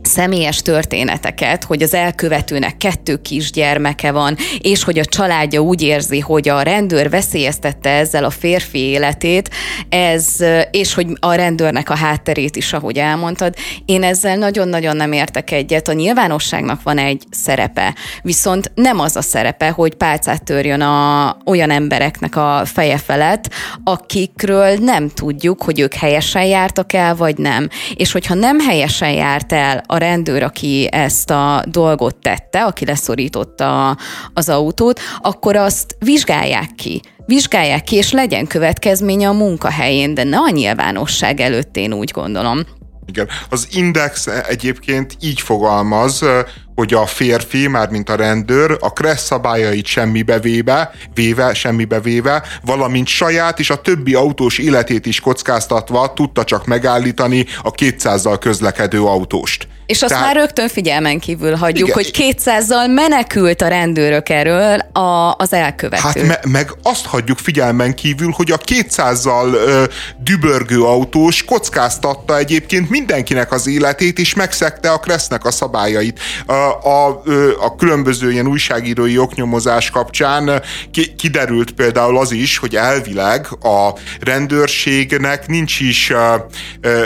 személyes történeteket, hogy az elkövetőnek kettő kisgyermeke van, és hogy a családja úgy érzi, hogy a rendőr veszélyeztette ezzel a férfi életét, ez, és hogy a rendőrnek a hátterét is, ahogy elmondtad. Én ezzel nagyon-nagyon nem értek egyet. A nyilvánosságnak van egy szerepe, viszont nem az a szerepe, hogy pálcát törjön a, olyan embereknek a feje felett, akikről nem tudjuk, hogy ők helyesen jártak el, vagy nem. És hogyha nem helyesen járt el a rendőr, aki ezt a dolgot tette, aki leszorította az autót, akkor azt vizsgálják ki. Vizsgálják ki, és legyen következménye a munkahelyén, de ne a nyilvánosság előtt, én úgy gondolom. Igen. Az Index egyébként így fogalmaz, hogy a férfi, mármint a rendőr, a kressz szabályait semmibe véve, véve, semmibe véve, valamint saját és a többi autós életét is kockáztatva tudta csak megállítani a kétszázzal közlekedő autóst. És azt Tehát, már rögtön figyelmen kívül hagyjuk, igen, hogy kétszázzal menekült a rendőrök erről a, az elkövető. Hát me, meg azt hagyjuk figyelmen kívül, hogy a kétszázzal ö, dübörgő autós kockáztatta egyébként mindenkinek az életét, és megszegte a kressznek a szabályait. A, a, a különböző ilyen újságírói oknyomozás kapcsán ki, kiderült például az is, hogy elvileg a rendőrségnek nincs is ö, ö,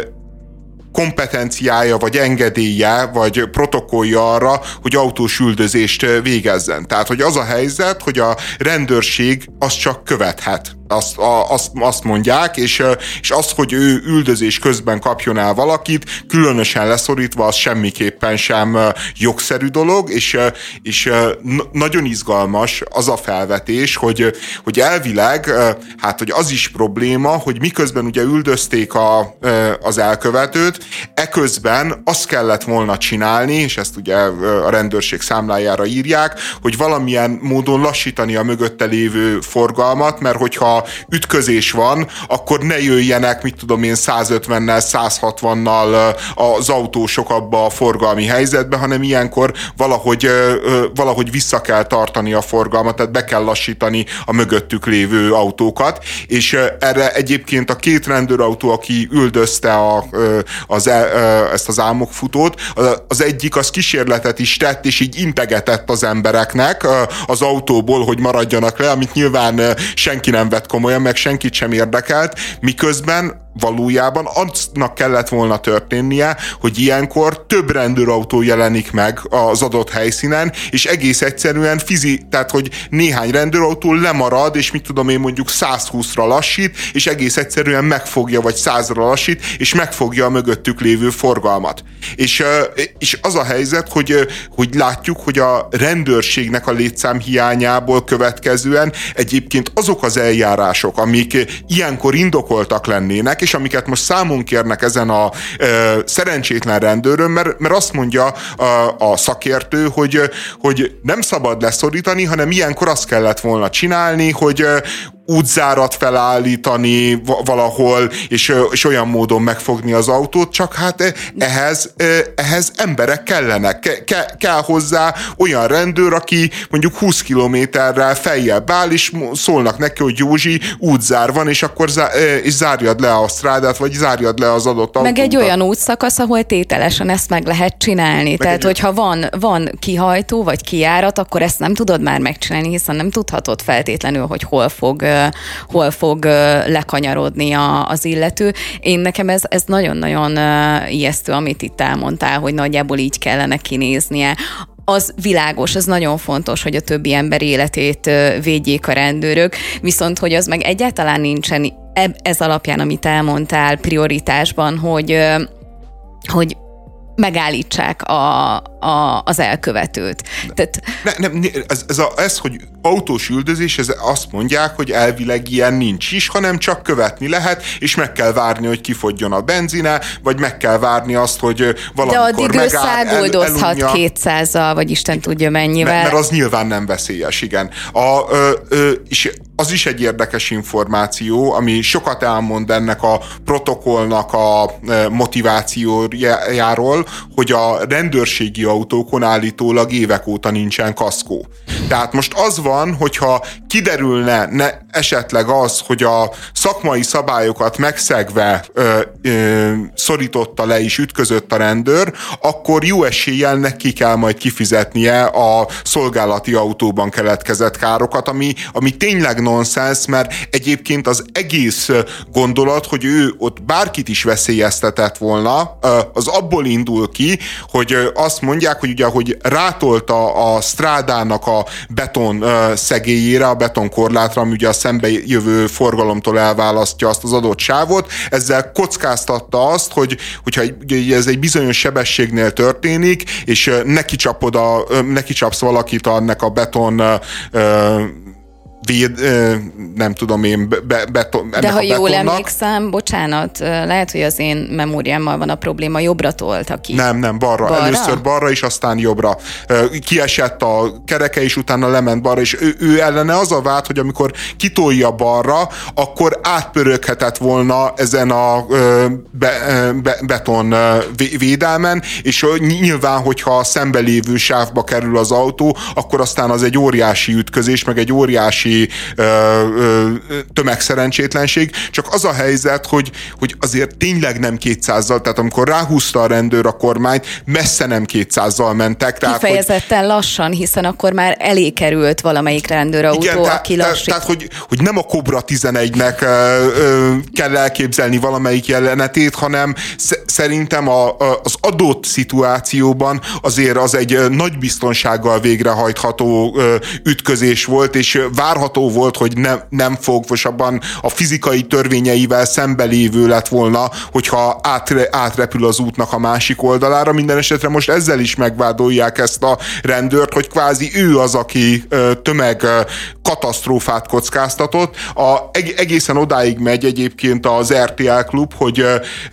kompetenciája, vagy engedélye, vagy protokollja arra, hogy autós üldözést végezzen. Tehát, hogy az a helyzet, hogy a rendőrség azt csak követhet. Azt, a, azt, azt mondják, és, és az, hogy ő üldözés közben kapjon el valakit, különösen leszorítva, az semmiképpen sem jogszerű dolog, és, és nagyon izgalmas az a felvetés, hogy, hogy elvileg, hát, hogy az is probléma, hogy miközben ugye üldözték a, az elkövetőt, eközben azt kellett volna csinálni, és ezt ugye a rendőrség számlájára írják, hogy valamilyen módon lassítani a mögötte lévő forgalmat, mert hogyha ütközés van, akkor ne jöjjenek, mit tudom én, százötvennel, százhatvannal az autósok abba a forgalmi helyzetbe, hanem ilyenkor valahogy, valahogy vissza kell tartani a forgalmat, tehát be kell lassítani a mögöttük lévő autókat, és erre egyébként a két rendőrautó, aki üldözte a, az, ezt az álmokfutót, az egyik az kísérletet is tett, és így integetett az embereknek az autóból, hogy maradjanak le, amit nyilván senki nem vett komolyan, meg senkit sem érdekelt, miközben valójában annak kellett volna történnie, hogy ilyenkor több rendőrautó jelenik meg az adott helyszínen, és egész egyszerűen fizi, tehát hogy néhány rendőrautó lemarad, és mit tudom én, mondjuk százhúszra lassít, és egész egyszerűen megfogja, vagy százra lassít, és megfogja a mögöttük lévő forgalmat. És, és az a helyzet, hogy, hogy látjuk, hogy a rendőrségnek a létszám hiányából következően egyébként azok az eljárások, amik ilyenkor indokoltak lennének, és amiket most számon kérnek ezen a e, szerencsétlen rendőrön, mert, mert azt mondja a, a szakértő, hogy, hogy nem szabad leszorítani, hanem ilyenkor azt kellett volna csinálni, hogy útzárat felállítani valahol, és, és olyan módon megfogni az autót, csak hát ehhez, ehhez emberek kellenek. Ke, ke, kell hozzá olyan rendőr, aki mondjuk húsz kilométerrel feljebb áll, és szólnak neki, hogy Józsi, útzár van, és akkor zá, és zárjad le a strádát, vagy zárjad le az adott autót. Meg egy olyan útszakasz, ahol tételesen ezt meg lehet csinálni. Meg Tehát, egy... hogyha van, van kihajtó, vagy kijárat, akkor ezt nem tudod már megcsinálni, hiszen nem tudhatod feltétlenül, hogy hol fog hol fog lekanyarodni a, az illető. Én nekem ez, ez nagyon-nagyon ijesztő, amit itt elmondtál, hogy nagyjából így kellene kinéznie. Az világos, ez nagyon fontos, hogy a többi ember életét védjék a rendőrök, viszont hogy az meg egyáltalán nincsen ez alapján, amit elmondtál, prioritásban, hogy, hogy megállítsák a, a, az elkövetőt. Tehát... Ne, nem, ez, ez, a, ez, hogy autós üldözés, ez azt mondják, hogy elvileg ilyen nincs is, hanem csak követni lehet, és meg kell várni, hogy kifogjon a benzine, vagy meg kell várni azt, hogy valamikor megáll, el, száguldozhat kétszázzal, vagy Isten tudja mennyivel. Mert, mert az nyilván nem veszélyes, igen. A, ö, ö, és az is egy érdekes információ, ami sokat elmond ennek a protokollnak a motivációjáról, hogy a rendőrségi autókon állítólag évek óta nincsen kaszkó. Tehát most az van, hogyha kiderülne ne, esetleg az, hogy a szakmai szabályokat megszegve ö, ö, szorította le és ütközött a rendőr, akkor jó eséllyel neki kell majd kifizetnie a szolgálati autóban keletkezett károkat, ami, ami tényleg nonsens, mert egyébként az egész gondolat, hogy ő ott bárkit is veszélyeztetett volna, az abból indul ki, hogy azt mondják, hogy ugye, hogy rátolta a strádának a beton szegélyére, a betonkorlátra, ami ugye a szembe jövő forgalomtól elválasztja azt az adott sávot, ezzel kockáztatta azt, hogy hogyha ez egy bizonyos sebességnél történik, és neki csapod a, neki csapsz valakit annak a beton véd, nem tudom én, be, beton, de ha jól emlékszem, bocsánat, lehet, hogy az én memóriámmal van a probléma, jobbra tolta ki. Nem, nem, balra. balra. Először balra, és aztán jobbra. Kiesett a kereke, és utána lement balra, és ő, ő ellene az a vád, hogy amikor kitolja balra, akkor átpöröghetett volna ezen a be, be, beton védelmen, és nyilván, hogyha a szembelévő sávba kerül az autó, akkor aztán az egy óriási ütközés, meg egy óriási Ö, ö, tömegszerencsétlenség, csak az a helyzet, hogy, hogy azért tényleg nem kétszázzal, tehát amikor ráhúzta a rendőr a kormányt, messze nem kétszázzal mentek. Tehát, kifejezetten hogy, lassan, hiszen akkor már elé került valamelyik rendőrautó, igen, tehát, aki lassít. Tehát, hogy, hogy nem a Cobra tizenegynek ö, ö, kell elképzelni valamelyik jelenetét, hanem szerintem a, a, az adott szituációban azért az egy nagy biztonsággal végrehajtható ö, ütközés volt, és várható volt, hogy nem, nem fog, most abban a fizikai törvényeivel szembelévő lett volna, hogyha átre, átrepül az útnak a másik oldalára. Minden esetre most ezzel is megvádolják ezt a rendőrt, hogy kvázi ő az, aki tömeg katasztrófát kockáztatott. A, egészen odáig megy egyébként az er té el klub, hogy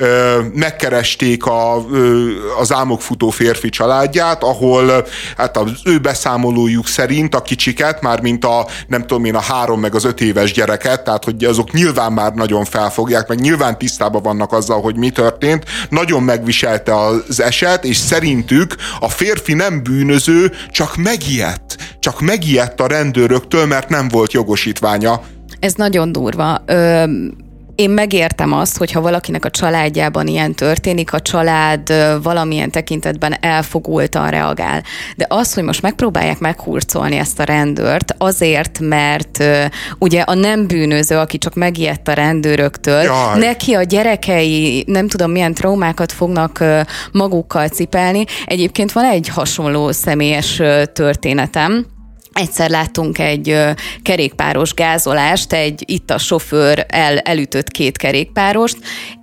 megkeresték a, az álmokfutó férfi családját, ahol hát az ő beszámolójuk szerint a kicsiket, már mint a nem tudom én, a három meg az öt éves gyereket, tehát hogy azok nyilván már nagyon felfogják, meg nyilván tisztában vannak azzal, hogy mi történt. Nagyon megviselte az eset, és szerintük a férfi nem bűnöző, csak megijedt. Csak megijedt a rendőröktől, mert nem volt jogosítványa. Ez nagyon durva. Ö... Én megértem azt, hogyha valakinek a családjában ilyen történik, a család valamilyen tekintetben elfogultan reagál. De az, hogy most megpróbálják meghurcolni ezt a rendőrt azért, mert ugye a nem bűnöző, aki csak megijedt a rendőröktől, Jaj. neki a gyerekei nem tudom milyen traumákat fognak magukkal cipelni. Egyébként van egy hasonló személyes történetem. Egyszer láttunk egy ö, kerékpáros gázolást, egy itt a sofőr el, elütött két kerékpárost,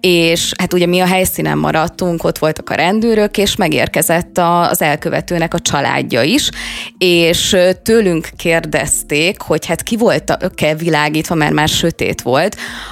és hát ugye mi a helyszínen maradtunk, ott voltak a rendőrök, és megérkezett a, az elkövetőnek a családja is, és ö, tőlünk kérdezték, hogy hát ki volt-e világítva, mert már sötét volt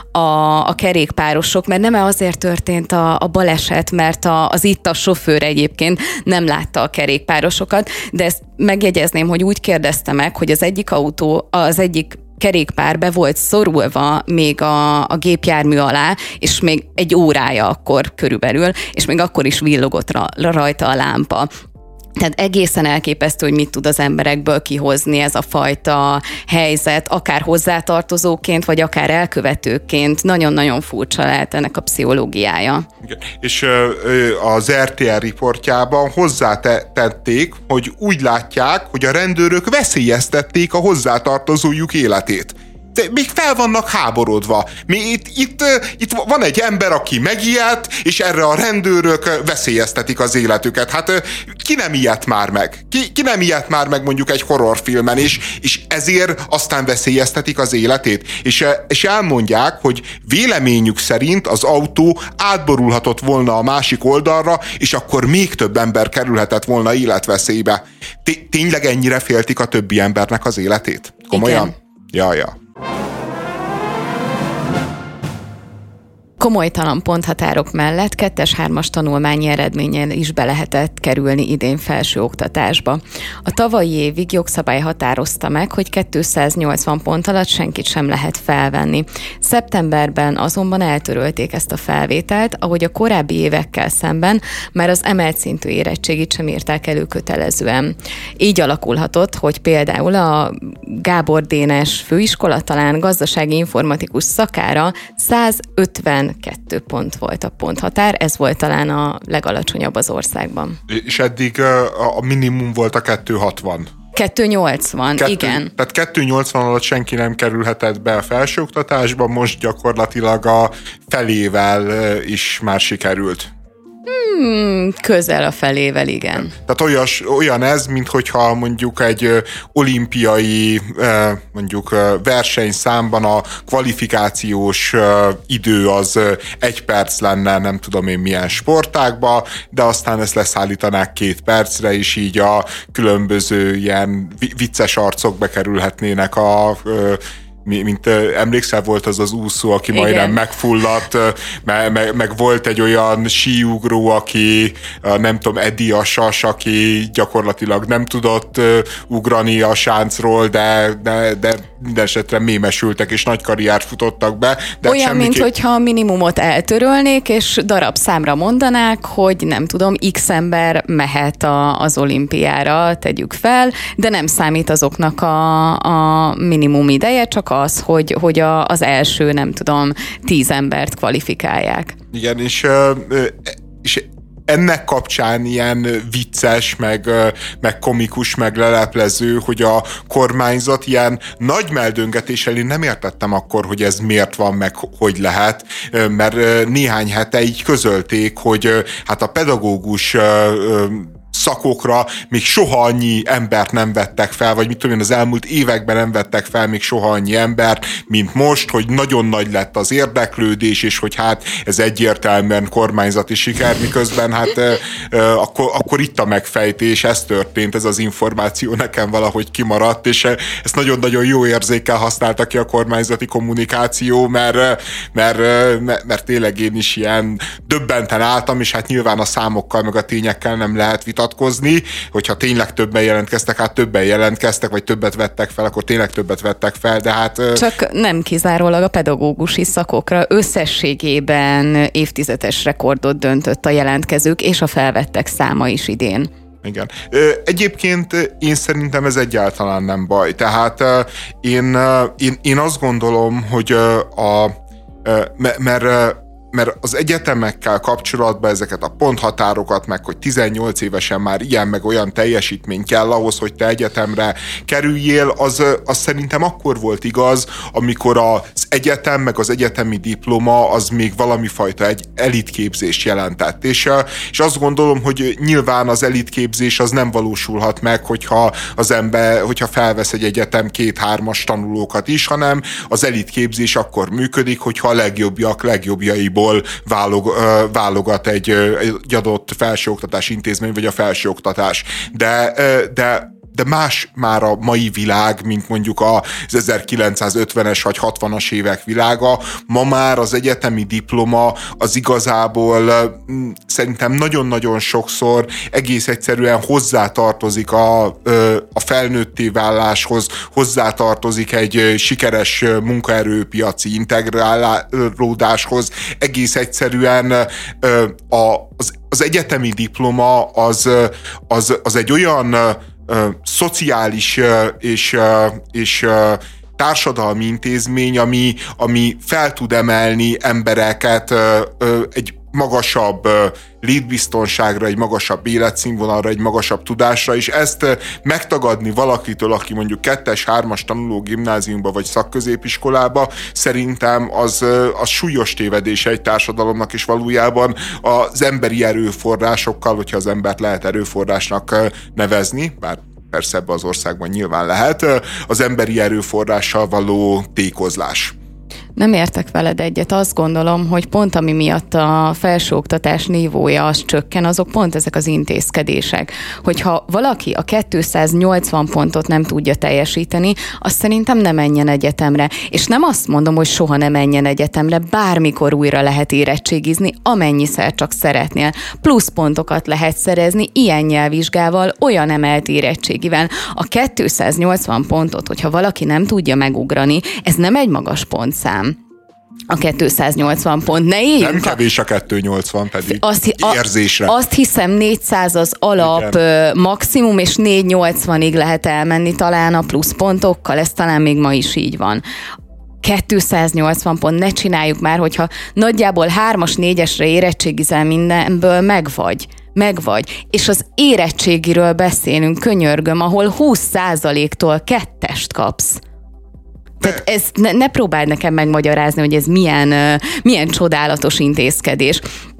a, a kerékpárosok, mert nem azért történt a, a baleset, mert a, az itt a sofőr egyébként nem látta a kerékpárosokat, de ezt megjegyezném, hogy úgy kérdezte meg, hogy az egyik autó, az egyik kerékpár be volt szorulva még a, a gépjármű alá, és még egy órája akkor körülbelül, és még akkor is villogott ra, rajta a lámpa. Tehát egészen elképesztő, hogy mit tud az emberekből kihozni ez a fajta helyzet, akár hozzátartozóként, vagy akár elkövetőként. Nagyon-nagyon furcsa lehet ennek a pszichológiája. Igen. És az er té el riportjában hozzátették, hogy úgy látják, hogy a rendőrök veszélyeztették a hozzátartozójuk életét. De még fel vannak háborodva. Mi itt, itt, itt van egy ember, aki megijedt, és erre a rendőrök veszélyeztetik az életüket. Hát ki nem ijedt már meg? Ki, ki nem ijedt már meg mondjuk egy horrorfilmen, és, és ezért aztán veszélyeztetik az életét. És, és elmondják, hogy véleményük szerint az autó átborulhatott volna a másik oldalra, és akkor még több ember kerülhetett volna életveszélybe. Tényleg ennyire féltik a többi embernek az életét? Komolyan? Igen. Ja, ja. komolytalan ponthatárok mellett kettes-hármas tanulmányi eredménnyel is be lehetett kerülni idén felsőoktatásba. A tavalyi évig jogszabály határozta meg, hogy kétszáznyolcvan pont alatt senkit sem lehet felvenni. Szeptemberben azonban eltörölték ezt a felvételt, ahogy a korábbi évekkel szemben már az emelt szintű érettségit sem írták elő kötelezően. Így alakulhatott, hogy például a Gábor Dénes főiskola talán gazdasági informatikus szakára százötvenkettő pont volt a ponthatár, ez volt talán a legalacsonyabb az országban. És eddig a minimum volt a kétszázhatvan. kétszáznyolcvan, Kettő, igen. Tehát kétszáznyolcvan alatt senki nem kerülhetett be a felsőoktatásba, most gyakorlatilag a felével is már sikerült. Hmm, közel a felével, igen. Tehát olyas, olyan ez, minthogyha mondjuk egy olimpiai mondjuk versenyszámban a kvalifikációs idő az egy perc lenne, nem tudom én milyen sportágba, de aztán ezt leszállítanák két percre, és így a különböző ilyen vicces arcok bekerülhetnének a mint emlékszel, volt az az úszó, aki igen. majdnem megfulladt, meg, meg, meg volt egy olyan síugró, aki nem tudom, Edi a sas, aki gyakorlatilag nem tudott ugrani a sáncról, de, de, de minden esetre mémesültek, és nagy karriert futottak be. De olyan, semmiképp... mint hogyha a minimumot eltörölnék, és darab számra mondanák, hogy nem tudom, X ember mehet a, az olimpiára, tegyük fel, de nem számít azoknak a, a minimum ideje, csak az, hogy, hogy a, az első, nem tudom, tíz embert kvalifikálják. Igen, és, és ennek kapcsán ilyen vicces, meg, meg komikus, meg leleplező, hogy a kormányzat ilyen nagy meldöngetéssel, én nem értettem akkor, hogy ez miért van, meg hogy lehet, mert néhány hete így közölték, hogy hát a pedagógus szakokra még soha annyi embert nem vettek fel, vagy mit tudom én, az elmúlt években nem vettek fel még soha annyi embert, mint most, hogy nagyon nagy lett az érdeklődés, és hogy hát ez egyértelműen kormányzati siker, miközben hát euh, akkor, akkor itt a megfejtés, ez történt, ez az információ nekem valahogy kimaradt, és ezt nagyon-nagyon jó érzékkel használta ki a kormányzati kommunikáció, mert, mert, mert, mert tényleg én is ilyen döbbenten álltam, és hát nyilván a számokkal, meg a tényekkel nem lehet vitatkozni, hogyha tényleg többen jelentkeztek, hát többen jelentkeztek, vagy többet vettek fel, akkor tényleg többet vettek fel, de hát... Csak nem kizárólag a pedagógusi szakokra, összességében évtizedes rekordot döntött a jelentkezők, és a felvettek száma is idén. Igen. Egyébként én szerintem ez egyáltalán nem baj. Tehát én, én, én azt gondolom, hogy a... mert mert az egyetemekkel kapcsolatban ezeket a ponthatárokat, meg hogy tizennyolc évesen már ilyen, meg olyan teljesítmény kell ahhoz, hogy te egyetemre kerüljél, az, az szerintem akkor volt igaz, amikor az egyetem, meg az egyetemi diploma az még valami fajta egy elitképzést jelentett. És, és azt gondolom, hogy nyilván az elitképzés az nem valósulhat meg, hogyha az ember, hogyha felvesz egy egyetem két-hármas tanulókat is, hanem az elitképzés akkor működik, hogyha a legjobbjak legjobbjaiból Válog, válogat egy, egy adott felsőoktatási intézmény, vagy a felsőoktatás. De, de de más már a mai világ, mint mondjuk az ezerkilencszázötvenes vagy hatvanas évek világa. Ma már az egyetemi diploma az igazából szerintem nagyon-nagyon sokszor egész egyszerűen hozzátartozik a, a felnőtté váláshoz, hozzátartozik egy sikeres munkaerőpiaci integrálódáshoz. Egész egyszerűen a, az, az egyetemi diploma az, az, az egy olyan Ö, szociális ö, és, ö, és ö, társadalmi intézmény, ami, ami fel tud emelni embereket ö, ö, egy magasabb ö, létbiztonságra, egy magasabb életszínvonalra, egy magasabb tudásra, és ezt ö, megtagadni valakitől, aki mondjuk kettes, hármas tanuló gimnáziumba vagy szakközépiskolába, szerintem az, ö, az súlyos tévedése egy társadalomnak, és valójában az emberi erőforrásokkal, hogyha az embert lehet erőforrásnak ö, nevezni, bár persze ebben az országban nyilván lehet, az emberi erőforrással való tékozlás. Nem értek veled egyet. Azt gondolom, hogy pont ami miatt a felsőoktatás nívója az csökken, azok pont ezek az intézkedések. Hogyha valaki a kétszáznyolcvan pontot nem tudja teljesíteni, azt szerintem nem menjen egyetemre. És nem azt mondom, hogy soha nem menjen egyetemre, bármikor újra lehet érettségizni, amennyiszer csak szeretnél. Pluszpontokat lehet szerezni ilyen nyelvvizsgával, olyan emelt érettségivel. A kétszáznyolcvan pontot, hogyha valaki nem tudja megugrani, ez nem egy magas pontszám. A kétszáznyolcvan pont, ne éljünk. Nem kevés a kétszáznyolcvan pedig azt, érzésre. Azt hiszem négyszáz az alap igen. maximum, és négyszáznyolcvanig lehet elmenni talán a pluszpontokkal, ez talán még ma is így van. kétszáznyolcvan pont, ne csináljuk már, hogyha nagyjából hármas, négyesre érettségizel mindenből, megvagy. Megvagy. És az érettségiről beszélünk, könyörgöm, ahol húsz százaléktól kettest kapsz. Tehát ez, ne, ne próbáld nekem megmagyarázni, hogy ez milyen, milyen csodálatos intézkedés.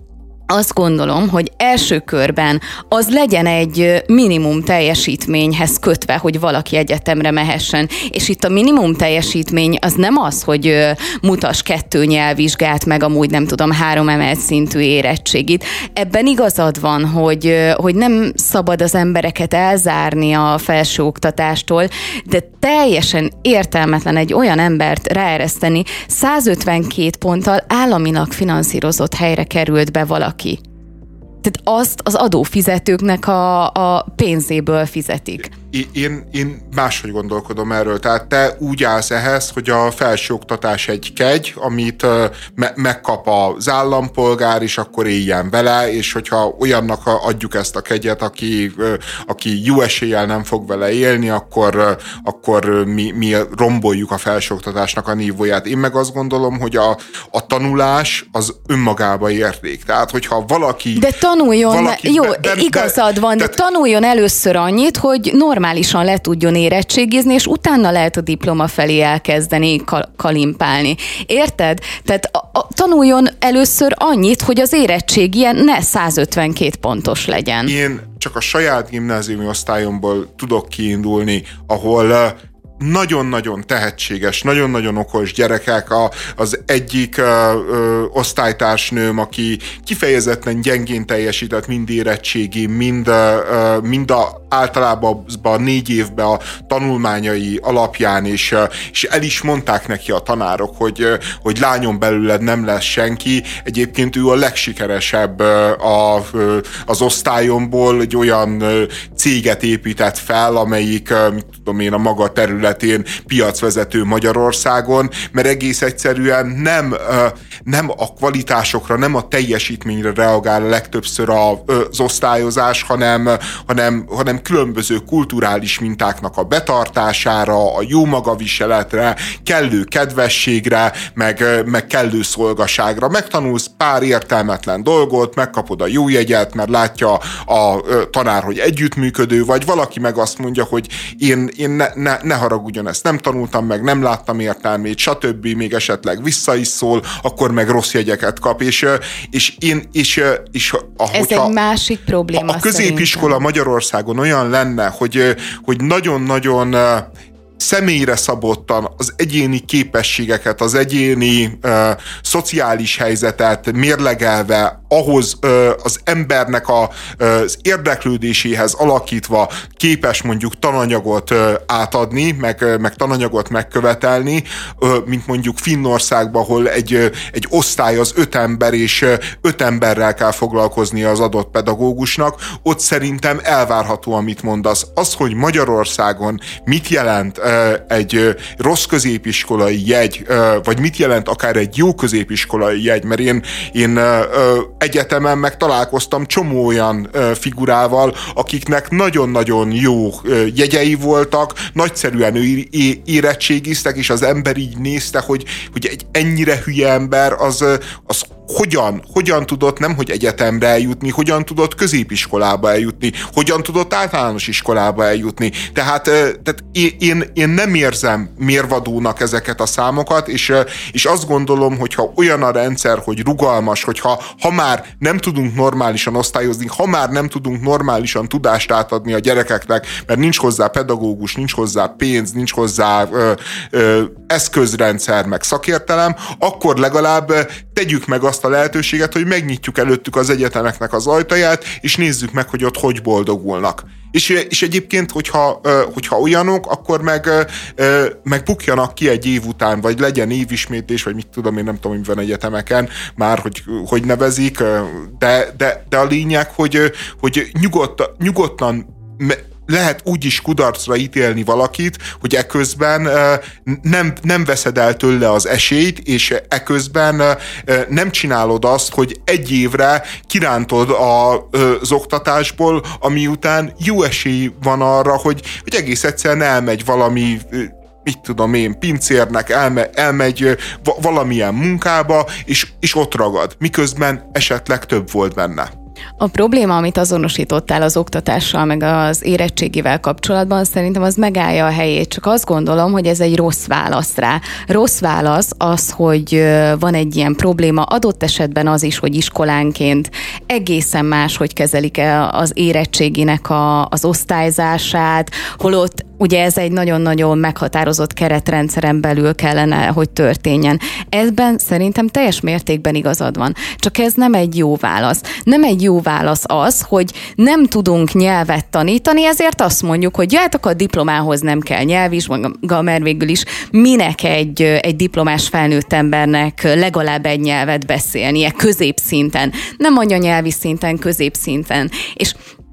Azt gondolom, hogy első körben az legyen egy minimum teljesítményhez kötve, hogy valaki egyetemre mehessen. És itt a minimum teljesítmény az nem az, hogy mutass kettő nyelvvizsgát, meg amúgy nem tudom, három emelt szintű érettségit. Ebben igazad van, hogy, hogy nem szabad az embereket elzárni a felsőoktatástól, de teljesen értelmetlen egy olyan embert ráereszteni, százötvenkét ponttal államilag finanszírozott helyre került be valaki. Ki. Tehát azt az adófizetőknek a, a pénzéből fizetik. Én, én máshogy gondolkodom erről. Tehát te úgy állsz ehhez, hogy a felsőoktatás egy kegy, amit me- megkap az állampolgár, és akkor éljen vele, és hogyha olyannak adjuk ezt a kegyet, aki, aki jó eséllyel nem fog vele élni, akkor, akkor mi, mi romboljuk a felsőoktatásnak a nívóját. Én meg azt gondolom, hogy a, a tanulás az önmagába érték. Tehát, hogyha valaki... De tanuljon, valaki, jó, de, de, igazad van, de, de tanuljon először annyit, hogy normálisan le tudjon érettségizni, és utána lehet a diploma felé elkezdeni kal- kalimpálni. Érted? Tehát a, a, tanuljon először annyit, hogy az érettségie ne százötvenkét pontos legyen. Én csak a saját gimnáziumi osztályomból tudok kiindulni, ahol nagyon-nagyon tehetséges, nagyon-nagyon okos gyerekek. A, az egyik ö, ö, osztálytársnőm, aki kifejezetten gyengén teljesített mind érettségi, mind, ö, mind a, általában a négy évben a tanulmányai alapján, és, és el is mondták neki a tanárok, hogy, hogy lányon belőled nem lesz senki. Egyébként ő a legsikeresebb a, az osztályomból, egy olyan céget épített fel, amelyik, mit tudom én, a maga területén piacvezető Magyarországon, mert egész egyszerűen nem, nem a kvalitásokra, nem a teljesítményre reagál legtöbbször az osztályozás, hanem, hanem, hanem különböző kulturális mintáknak a betartására, a jó magaviseletre, kellő kedvességre, meg, meg kellő szolgaságra. Megtanulsz pár értelmetlen dolgot, megkapod a jó jegyet, mert látja a tanár, hogy együttműködő vagy, valaki meg azt mondja, hogy én, én ne, ne, ne haragudjon, ezt nem tanultam meg, nem láttam értelmét, stb. Még esetleg vissza is szól, akkor meg rossz jegyeket kap, és, és én, és, és ez egy másik probléma. A középiskola szerintem Magyarországon olyan lenne, hogy, hogy nagyon-nagyon személyre szabottan az egyéni képességeket, az egyéni uh, szociális helyzetet mérlegelve, ahhoz uh, az embernek a, uh, az érdeklődéséhez alakítva képes mondjuk tananyagot uh, átadni, meg, uh, meg tananyagot megkövetelni, uh, mint mondjuk Finnországban, ahol egy, uh, egy osztály az öt ember, és uh, öt emberrel kell foglalkoznia az adott pedagógusnak. Ott szerintem elvárható, amit mondasz. Az, hogy Magyarországon mit jelent egy rossz középiskolai jegy, vagy mit jelent akár egy jó középiskolai jegy, mert én, én egyetemen meg találkoztam csomó olyan figurával, akiknek nagyon-nagyon jó jegyei voltak, nagyszerűen érettségiztek, és az ember így nézte, hogy, hogy egy ennyire hülye ember, az, az hogyan, hogyan tudott nem hogy egyetemre eljutni, hogyan tudott középiskolába eljutni, hogyan tudott általános iskolába eljutni. Tehát, tehát én, én nem érzem mérvadónak ezeket a számokat, és, és azt gondolom, hogyha olyan a rendszer, hogy rugalmas, hogyha ha már nem tudunk normálisan osztályozni, ha már nem tudunk normálisan tudást átadni a gyerekeknek, mert nincs hozzá pedagógus, nincs hozzá pénz, nincs hozzá ö, ö, eszközrendszer, meg szakértelem, akkor legalább tegyük meg azt a lehetőséget, hogy megnyitjuk előttük az egyetemeknek az ajtaját, és nézzük meg, hogy ott hogy boldogulnak. És, és egyébként, hogyha, hogyha olyanok, akkor meg, meg bukjanak ki egy év után, vagy legyen évismétlés, vagy mit tudom, én nem tudom, hogy van egyetemeken már, hogy, hogy nevezik, de, de, de a lényeg, hogy, hogy nyugodt, nyugodtan lehet úgy is kudarcra ítélni valakit, hogy eközben nem, nem veszed el tőle az esélyt, és eközben nem csinálod azt, hogy egy évre kirántod az oktatásból, ami után jó esély van arra, hogy, hogy egész egyszerűen elmegy valami, mit tudom én, pincérnek, elme, elmegy valamilyen munkába, és, és ott ragad, miközben esetleg több volt benne. A probléma, amit azonosítottál az oktatással, meg az érettségivel kapcsolatban, szerintem az megállja a helyét, csak azt gondolom, hogy ez egy rossz válasz rá. Rossz válasz az, hogy van egy ilyen probléma, adott esetben az is, hogy iskolánként egészen más, hogy kezelik az érettséginek a, az osztályzását, holott ugye ez egy nagyon-nagyon meghatározott keretrendszeren belül kellene, hogy történjen. Ebben szerintem teljes mértékben igazad van. Csak ez nem egy jó válasz. Nem egy jó válasz az, hogy nem tudunk nyelvet tanítani, ezért azt mondjuk, hogy jöhetek a diplomához nem kell nyelvvizsga, mert végül is minek egy, egy diplomás felnőtt embernek legalább egy nyelvet beszélnie középszinten. Nem anyanyelvi szinten, középszinten. És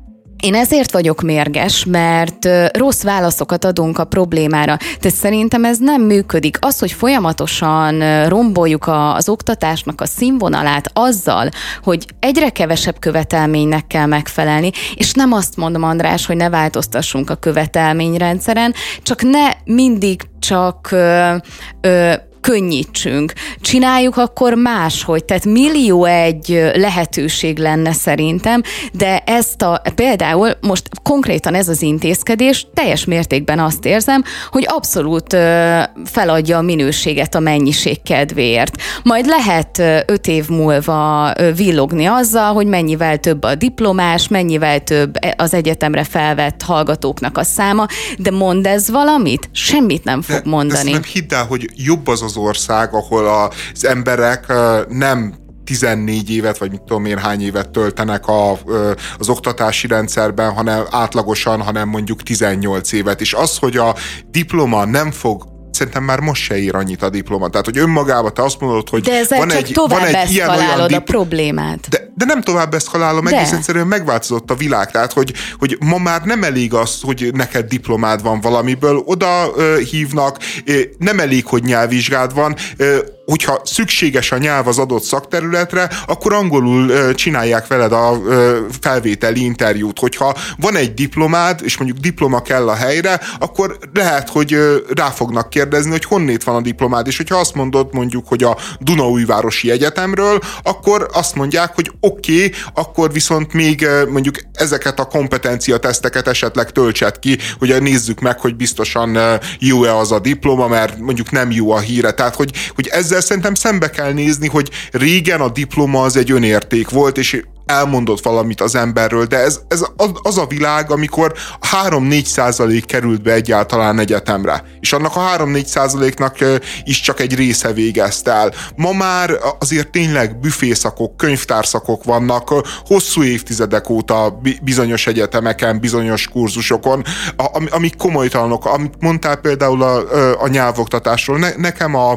én ezért vagyok mérges, mert rossz válaszokat adunk a problémára. Tehát szerintem ez nem működik. Az, hogy folyamatosan romboljuk az oktatásnak a színvonalát azzal, hogy egyre kevesebb követelménynek kell megfelelni, és nem azt mondom, András, hogy ne változtassunk a követelményrendszeren, csak ne mindig csak ö, ö, könnyítsünk. Csináljuk akkor máshogy. Tehát millió egy lehetőség lenne szerintem, de ezt a, például most konkrétan ez az intézkedés teljes mértékben azt érzem, hogy abszolút ö, feladja a minőséget a mennyiség kedvéért. Majd lehet ö, öt év múlva ö, villogni azzal, hogy mennyivel több a diplomás, mennyivel több az egyetemre felvett hallgatóknak a száma, de mond ez valamit? Semmit nem fog de, mondani. De nem hidd el, hogy jobb az az ország, ahol az emberek nem tizennégy évet, vagy mit tudom én hány évet töltenek a, az oktatási rendszerben, hanem átlagosan, hanem mondjuk tizennyolc évet. És az, hogy a diploma nem fog, szerintem már most se ír annyit a diploma. Tehát, hogy önmagában te azt mondod, hogy de ezzel van csak egy, tovább van egy ilyen olyan dipl- a dipl- problémát. De, de nem tovább eszkalálom, egész egyszerűen megváltozott a világ. Tehát, hogy, hogy ma már nem elég az, hogy neked diplomád van valamiből, oda uh, hívnak, uh, nem elég, hogy nyelvvizsgád van, uh, hogyha szükséges a nyelv az adott szakterületre, akkor angolul uh, csinálják veled a uh, felvételi interjút. Hogyha van egy diplomád, és mondjuk diploma kell a helyre, akkor lehet, hogy uh, rá fognak kérdezni, hogy honnét van a diplomád, és hogyha azt mondod mondjuk, hogy a Dunaújvárosi Egyetemről, akkor azt mondják, hogy oké, okay, akkor viszont még uh, mondjuk ezeket a kompetenciateszteket esetleg töltsed ki, hogy nézzük meg, hogy biztosan uh, jó-e az a diploma, mert mondjuk nem jó a híre. Tehát, hogy, hogy ezzel szerintem szembe kell nézni, hogy régen a diploma az egy önérték volt, és elmondott valamit az emberről, de ez, ez az a világ, amikor három-négy százalék került be egyáltalán egyetemre. És annak a három-négy százaléknak is csak egy része végezte el. Ma már azért tényleg büfészakok, könyvtárszakok vannak hosszú évtizedek óta bizonyos egyetemeken, bizonyos kurzusokon, amik komolytalanok. Amit mondtál például a, a nyelvoktatásról, ne, nekem a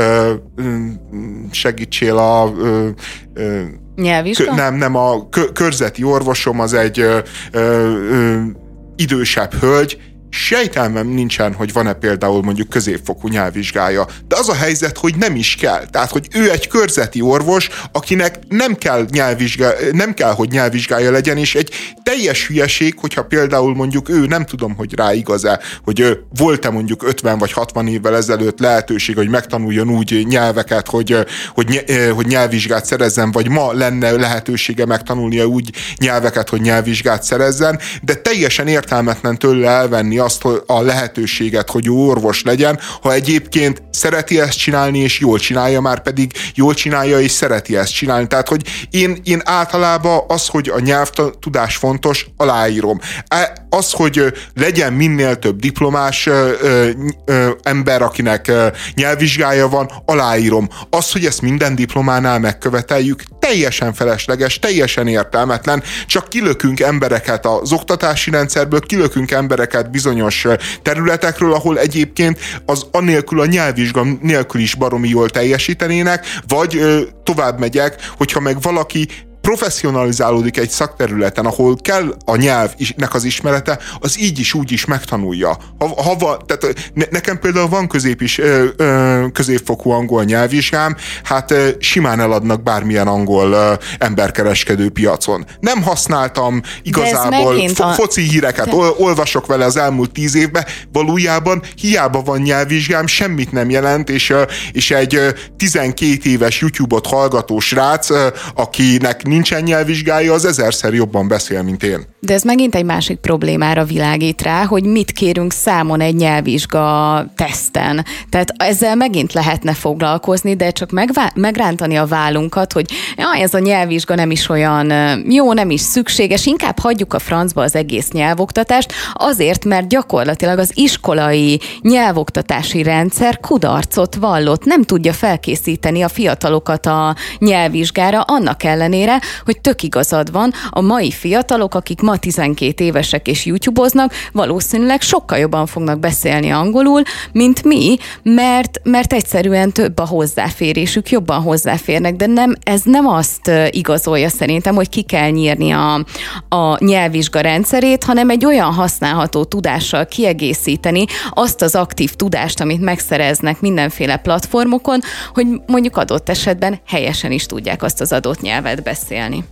segítsél a Nyelvvizsga? Nem, nem, a körzeti orvosom az egy ö, ö, idősebb hölgy, sejtelmem nincsen, hogy van-e például mondjuk középfokú nyelvvizsgája. De az a helyzet, hogy nem is kell. Tehát, hogy ő egy körzeti orvos, akinek nem kell, nyelvvizsgá, nem kell, hogy nyelvvizsgája legyen, és egy teljes hülyeség, hogyha például mondjuk ő, nem tudom, hogy rá igaz-e, hogy ő, volt-e mondjuk ötven vagy hatvan évvel ezelőtt lehetőség, hogy megtanuljon úgy nyelveket, hogy, hogy, hogy nyelvvizsgát szerezzen, vagy ma lenne lehetősége megtanulnia úgy nyelveket, hogy nyelvvizsgát szerezzen, de teljesen értelmetlen tőle elvenni azt a lehetőséget, hogy ő orvos legyen, ha egyébként szereti ezt csinálni, és jól csinálja, már pedig jól csinálja, és szereti ezt csinálni. Tehát, hogy én, én általában az, hogy a nyelvtudás fontos, aláírom. Az, hogy legyen minél több diplomás ö, ö, ö, ember, akinek ö, nyelvvizsgája van, aláírom. Az, hogy ezt minden diplománál megköveteljük, teljesen felesleges, teljesen értelmetlen, csak kilökünk embereket az oktatási rendszerből, kilökünk embereket bizonyos területekről, ahol egyébként az anélkül a nyelvvizsga nélkül is baromi jól teljesítenének, vagy ö, tovább megyek, hogyha meg valaki professzionalizálódik egy szakterületen, ahol kell a nyelvnek az ismerete, az így is úgy is megtanulja. Ha, ha va, tehát ne, nekem például van közép is, ö, ö, középfokú angol nyelvvizsgám, hát ö, simán eladnak bármilyen angol ö, emberkereskedő piacon. Nem használtam igazából fo- a... foci híreket, De... olvasok vele az elmúlt tíz évben, valójában hiába van nyelvvizsgám, semmit nem jelent, és, ö, és egy ö, tizenkét éves YouTube-ot hallgató srác, ö, akinek nincsen nyelvvizsgája, az ezerszer jobban beszél, mint én. De ez megint egy másik problémára világít rá, hogy mit kérünk számon egy nyelvvizsga teszten. Tehát ezzel megint lehetne foglalkozni, de csak megvá- megrántani a vállunkat, hogy ja, ez a nyelvvizsga nem is olyan jó, nem is szükséges, inkább hagyjuk a francba az egész nyelvoktatást, azért, mert gyakorlatilag az iskolai nyelvoktatási rendszer kudarcot vallott, nem tudja felkészíteni a fiatalokat a nyelvvizsgára, annak ellenére, hogy tök igazad van, a mai fiatalok, akik ma tizenkét évesek és YouTube-oznak, valószínűleg sokkal jobban fognak beszélni angolul, mint mi, mert, mert egyszerűen több a hozzáférésük, jobban hozzáférnek, de nem, ez nem azt igazolja szerintem, hogy ki kell nyírni a, a nyelvvizsga rendszerét, hanem egy olyan használható tudással kiegészíteni azt az aktív tudást, amit megszereznek mindenféle platformokon, hogy mondjuk adott esetben helyesen is tudják azt az adott nyelvet beszélni.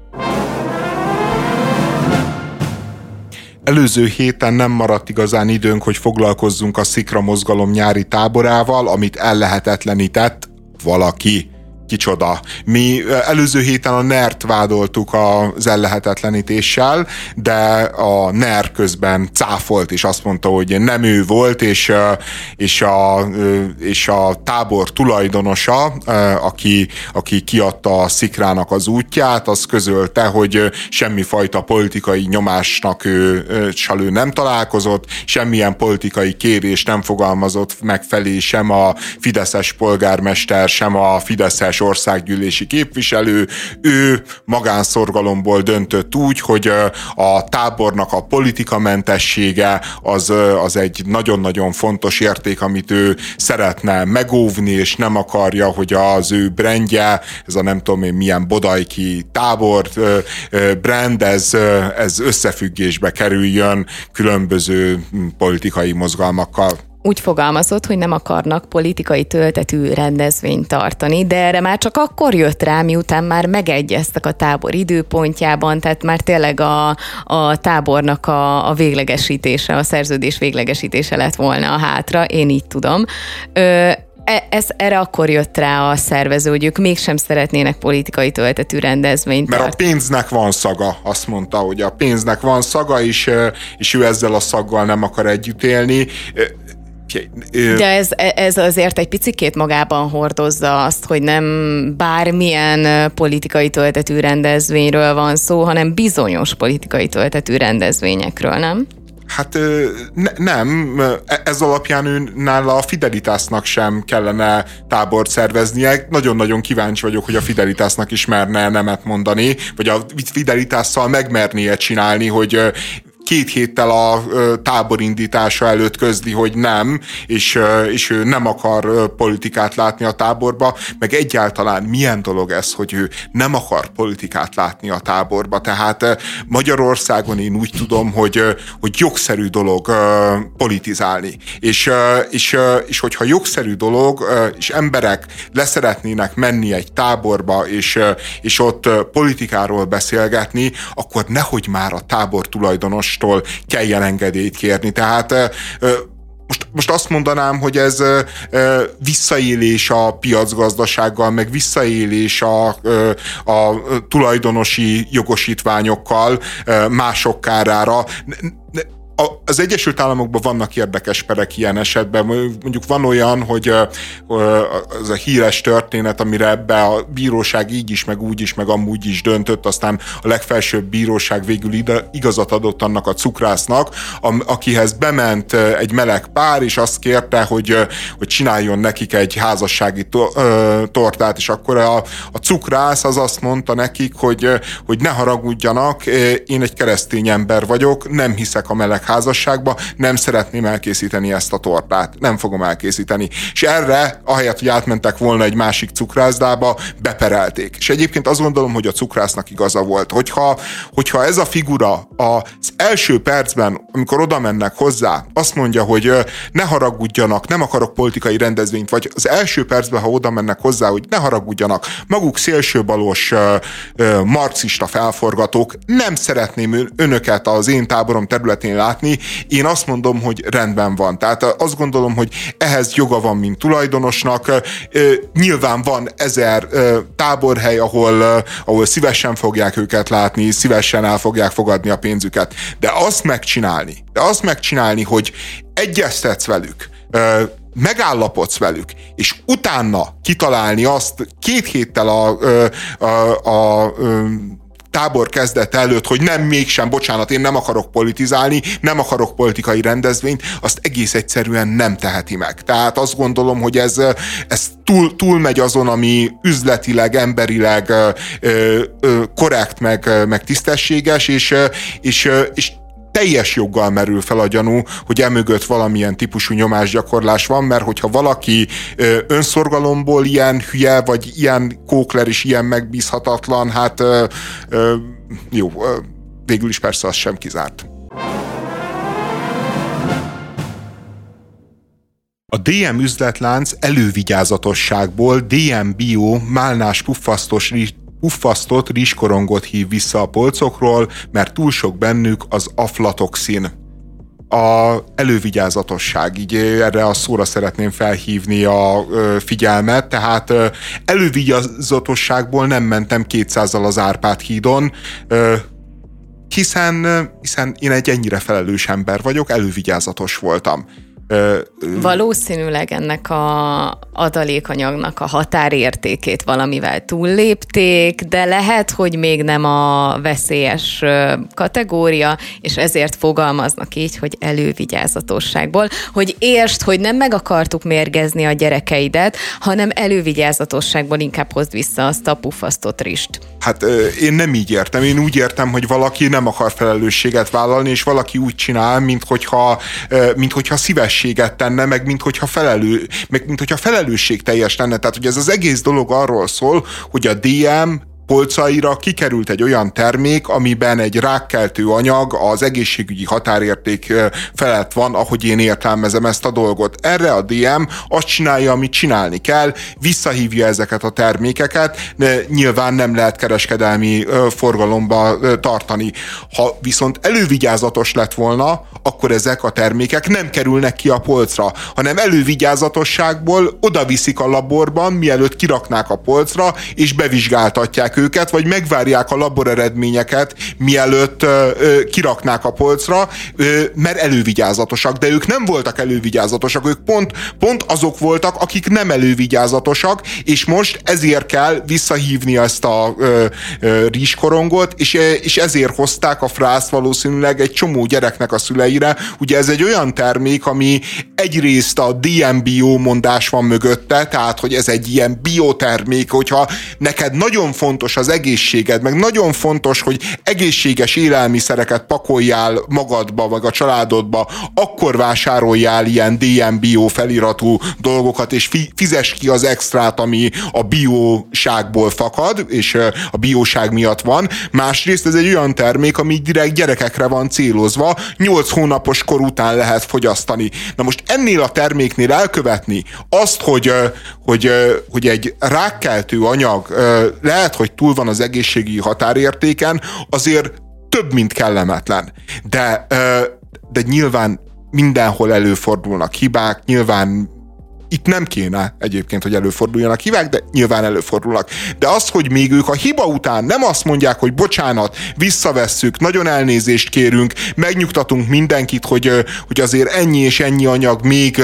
Előző héten nem maradt igazán időnk, hogy foglalkozzunk a Szikra mozgalom nyári táborával, amit ellehetetlenített valaki. Kicsoda. Mi előző héten a NER-t vádoltuk az ellehetetlenítéssel, de a NER közben cáfolt, és azt mondta, hogy nem ő volt, és, és, a, és a tábor tulajdonosa, aki, aki kiadta a Szikrának az útját, az közölte, hogy semmifajta politikai nyomásnak ő, ő nem találkozott, semmilyen politikai kérés nem fogalmazott meg felé sem a fideszes polgármester, sem a fideszes országgyűlési képviselő. Ő magánszorgalomból döntött úgy, hogy a tábornak a politikamentessége az, az egy nagyon-nagyon fontos érték, amit ő szeretne megóvni, és nem akarja, hogy az ő brandje, ez a nem tudom én milyen bodajki tábor brand, ez, ez összefüggésbe kerüljön különböző politikai mozgalmakkal. Úgy fogalmazott, hogy nem akarnak politikai töltetű rendezvényt tartani, de erre már csak akkor jött rá, miután már megegyeztek a tábor időpontjában, tehát már tényleg a, a tábornak a, a véglegesítése, a szerződés véglegesítése lett volna a hátra, én így tudom. Ö, Ez, erre akkor jött rá a szervező, hogy ők mégsem szeretnének politikai töltetű rendezvényt. Mert tart. A pénznek van szaga, azt mondta, hogy a pénznek van szaga, és, és ő ezzel a szaggal nem akar együtt élni. De ez, ez azért egy picikét magában hordozza azt, hogy nem bármilyen politikai töltetű rendezvényről van szó, hanem bizonyos politikai töltetű rendezvényekről, nem? Hát ne, nem, ez alapján ő nála a Fidelitásnak sem kellene tábort szerveznie. Nagyon-nagyon kíváncsi vagyok, hogy a Fidelitásnak is merne nemet mondani, vagy a Fidelitásszal megmernie csinálni, hogy két héttel a táborindítása előtt közli, hogy nem, és, és ő nem akar politikát látni a táborba, meg egyáltalán milyen dolog ez, hogy ő nem akar politikát látni a táborba. Tehát Magyarországon én úgy tudom, hogy, hogy jogszerű dolog politizálni. És, és, és hogyha jogszerű dolog, és emberek leszeretnének menni egy táborba, és, és ott politikáról beszélgetni, akkor nehogy már a tábor tulajdonostól kelljen engedélyt kérni. Tehát Most, most azt mondanám, hogy ez e, visszaélés a piacgazdasággal, meg visszaélés a, a tulajdonosi jogosítványokkal e, mások kárára. Az Egyesült Államokban vannak érdekes perek ilyen esetben. Mondjuk van olyan, hogy az a híres történet, amire ebbe a bíróság így is, meg úgy is, meg amúgy is döntött, aztán a legfelsőbb bíróság végül igazat adott annak a cukrásznak, akihez bement egy meleg pár, és azt kérte, hogy, hogy csináljon nekik egy házassági tortát, és akkor a, a cukrász az azt mondta nekik, hogy, hogy ne haragudjanak, én egy keresztény ember vagyok, nem hiszek a meleg házasságba, nem szeretném elkészíteni ezt a tortát. Nem fogom elkészíteni. És erre, ahelyett, hogy átmentek volna egy másik cukrászdába, beperelték. És egyébként azt gondolom, hogy a cukrásznak igaza volt. Hogyha, hogyha ez a figura az első percben, amikor oda mennek hozzá, azt mondja, hogy ne haragudjanak, nem akarok politikai rendezvényt, vagy az első percben, ha oda mennek hozzá, hogy ne haragudjanak, maguk szélsőbalos marxista felforgatók, nem szeretném önöket az én táborom területén látni, én azt mondom, hogy rendben van. Tehát azt gondolom, hogy ehhez joga van, mint tulajdonosnak. Nyilván van ezer táborhely, ahol, ahol szívesen fogják őket látni, szívesen el fogják fogadni a pénzüket. De azt megcsinálni, de azt megcsinálni, hogy egyeztetsz velük, megállapodsz velük, és utána kitalálni azt két héttel a, a, a, a tábor kezdet előtt, hogy nem, mégsem, bocsánat, én nem akarok politizálni, nem akarok politikai rendezvényt, azt egész egyszerűen nem teheti meg. Tehát azt gondolom, hogy ez, ez túl, túl megy azon, ami üzletileg, emberileg ö, ö, korrekt, meg, meg tisztességes, és, és, és teljes joggal merül fel a gyanú, hogy emögött valamilyen típusú nyomásgyakorlás van, mert hogyha valaki ö, önszorgalomból ilyen hülye, vagy ilyen kókler és ilyen megbízhatatlan, hát ö, ö, jó, ö, végül is persze az sem kizárt. A dé em üzletlánc elővigyázatosságból dé em Bio málnás puffasztos puffasztott rizskorongot hív vissza a polcokról, mert túl sok bennük az aflatoxin. A elővigyázatosság, így erre a szóra szeretném felhívni a figyelmet, tehát elővigyázatosságból nem mentem kétszázzal az Árpád hídon, hiszen, hiszen én egy ennyire felelős ember vagyok, elővigyázatos voltam. Valószínűleg ennek a adalékanyagnak a határértékét valamivel túllépték, de lehet, hogy még nem a veszélyes kategória, és ezért fogalmaznak így, hogy elővigyázatosságból, hogy értsd, hogy nem meg akartuk mérgezni a gyerekeidet, hanem elővigyázatosságból inkább hozd vissza azt a puffasztott rist. Hát én nem így értem. Én úgy értem, hogy valaki nem akar felelősséget vállalni, és valaki úgy csinál, mint hogyha, mint hogyha szívességet tenne, meg mint hogyha, felelő, meg mint hogyha felelősség teljes lenne. Tehát, hogy ez az egész dolog arról szól, hogy a dé em polcaira kikerült egy olyan termék, amiben egy rákkeltő anyag az egészségügyi határérték felett van, ahogy én értelmezem ezt a dolgot. Erre a dé em azt csinálja, amit csinálni kell, visszahívja ezeket a termékeket, nyilván nem lehet kereskedelmi forgalomba tartani. Ha viszont elővigyázatos lett volna, akkor ezek a termékek nem kerülnek ki a polcra, hanem elővigyázatosságból odaviszik a laborban, mielőtt kiraknák a polcra, és bevizsgáltatják őket, vagy megvárják a laboreredményeket, mielőtt ö, ö, kiraknák a polcra, ö, mert elővigyázatosak. De ők nem voltak elővigyázatosak, ők pont, pont azok voltak, akik nem elővigyázatosak, és most ezért kell visszahívni ezt a ö, ö, rizskorongot, és, és ezért hozták a frászt valószínűleg egy csomó gyereknek a szülei, termékeire. Ugye ez egy olyan termék, ami egyrészt a dé em bé o mondás van mögötte, tehát hogy ez egy ilyen biotermék, hogyha neked nagyon fontos az egészséged, meg nagyon fontos, hogy egészséges élelmiszereket pakoljál magadba, vagy a családodba, akkor vásároljál ilyen dé em bé o feliratú dolgokat, és fizess ki az extrát, ami a bióságból fakad, és a bióság miatt van. Másrészt ez egy olyan termék, ami direkt gyerekekre van célozva, nyolc hónapos kor után lehet fogyasztani. Na most ennél a terméknél elkövetni azt, hogy, hogy, hogy egy rákkeltő anyag lehet, hogy túl van az egészségi határértéken, azért több, mint kellemetlen. De, de nyilván mindenhol előfordulnak hibák, nyilván itt nem kéne egyébként, hogy előforduljanak hibák, de nyilván előfordulnak. De az, hogy még ők a hiba után nem azt mondják, hogy bocsánat, visszavesszük, nagyon elnézést kérünk, megnyugtatunk mindenkit, hogy, hogy azért ennyi és ennyi anyag még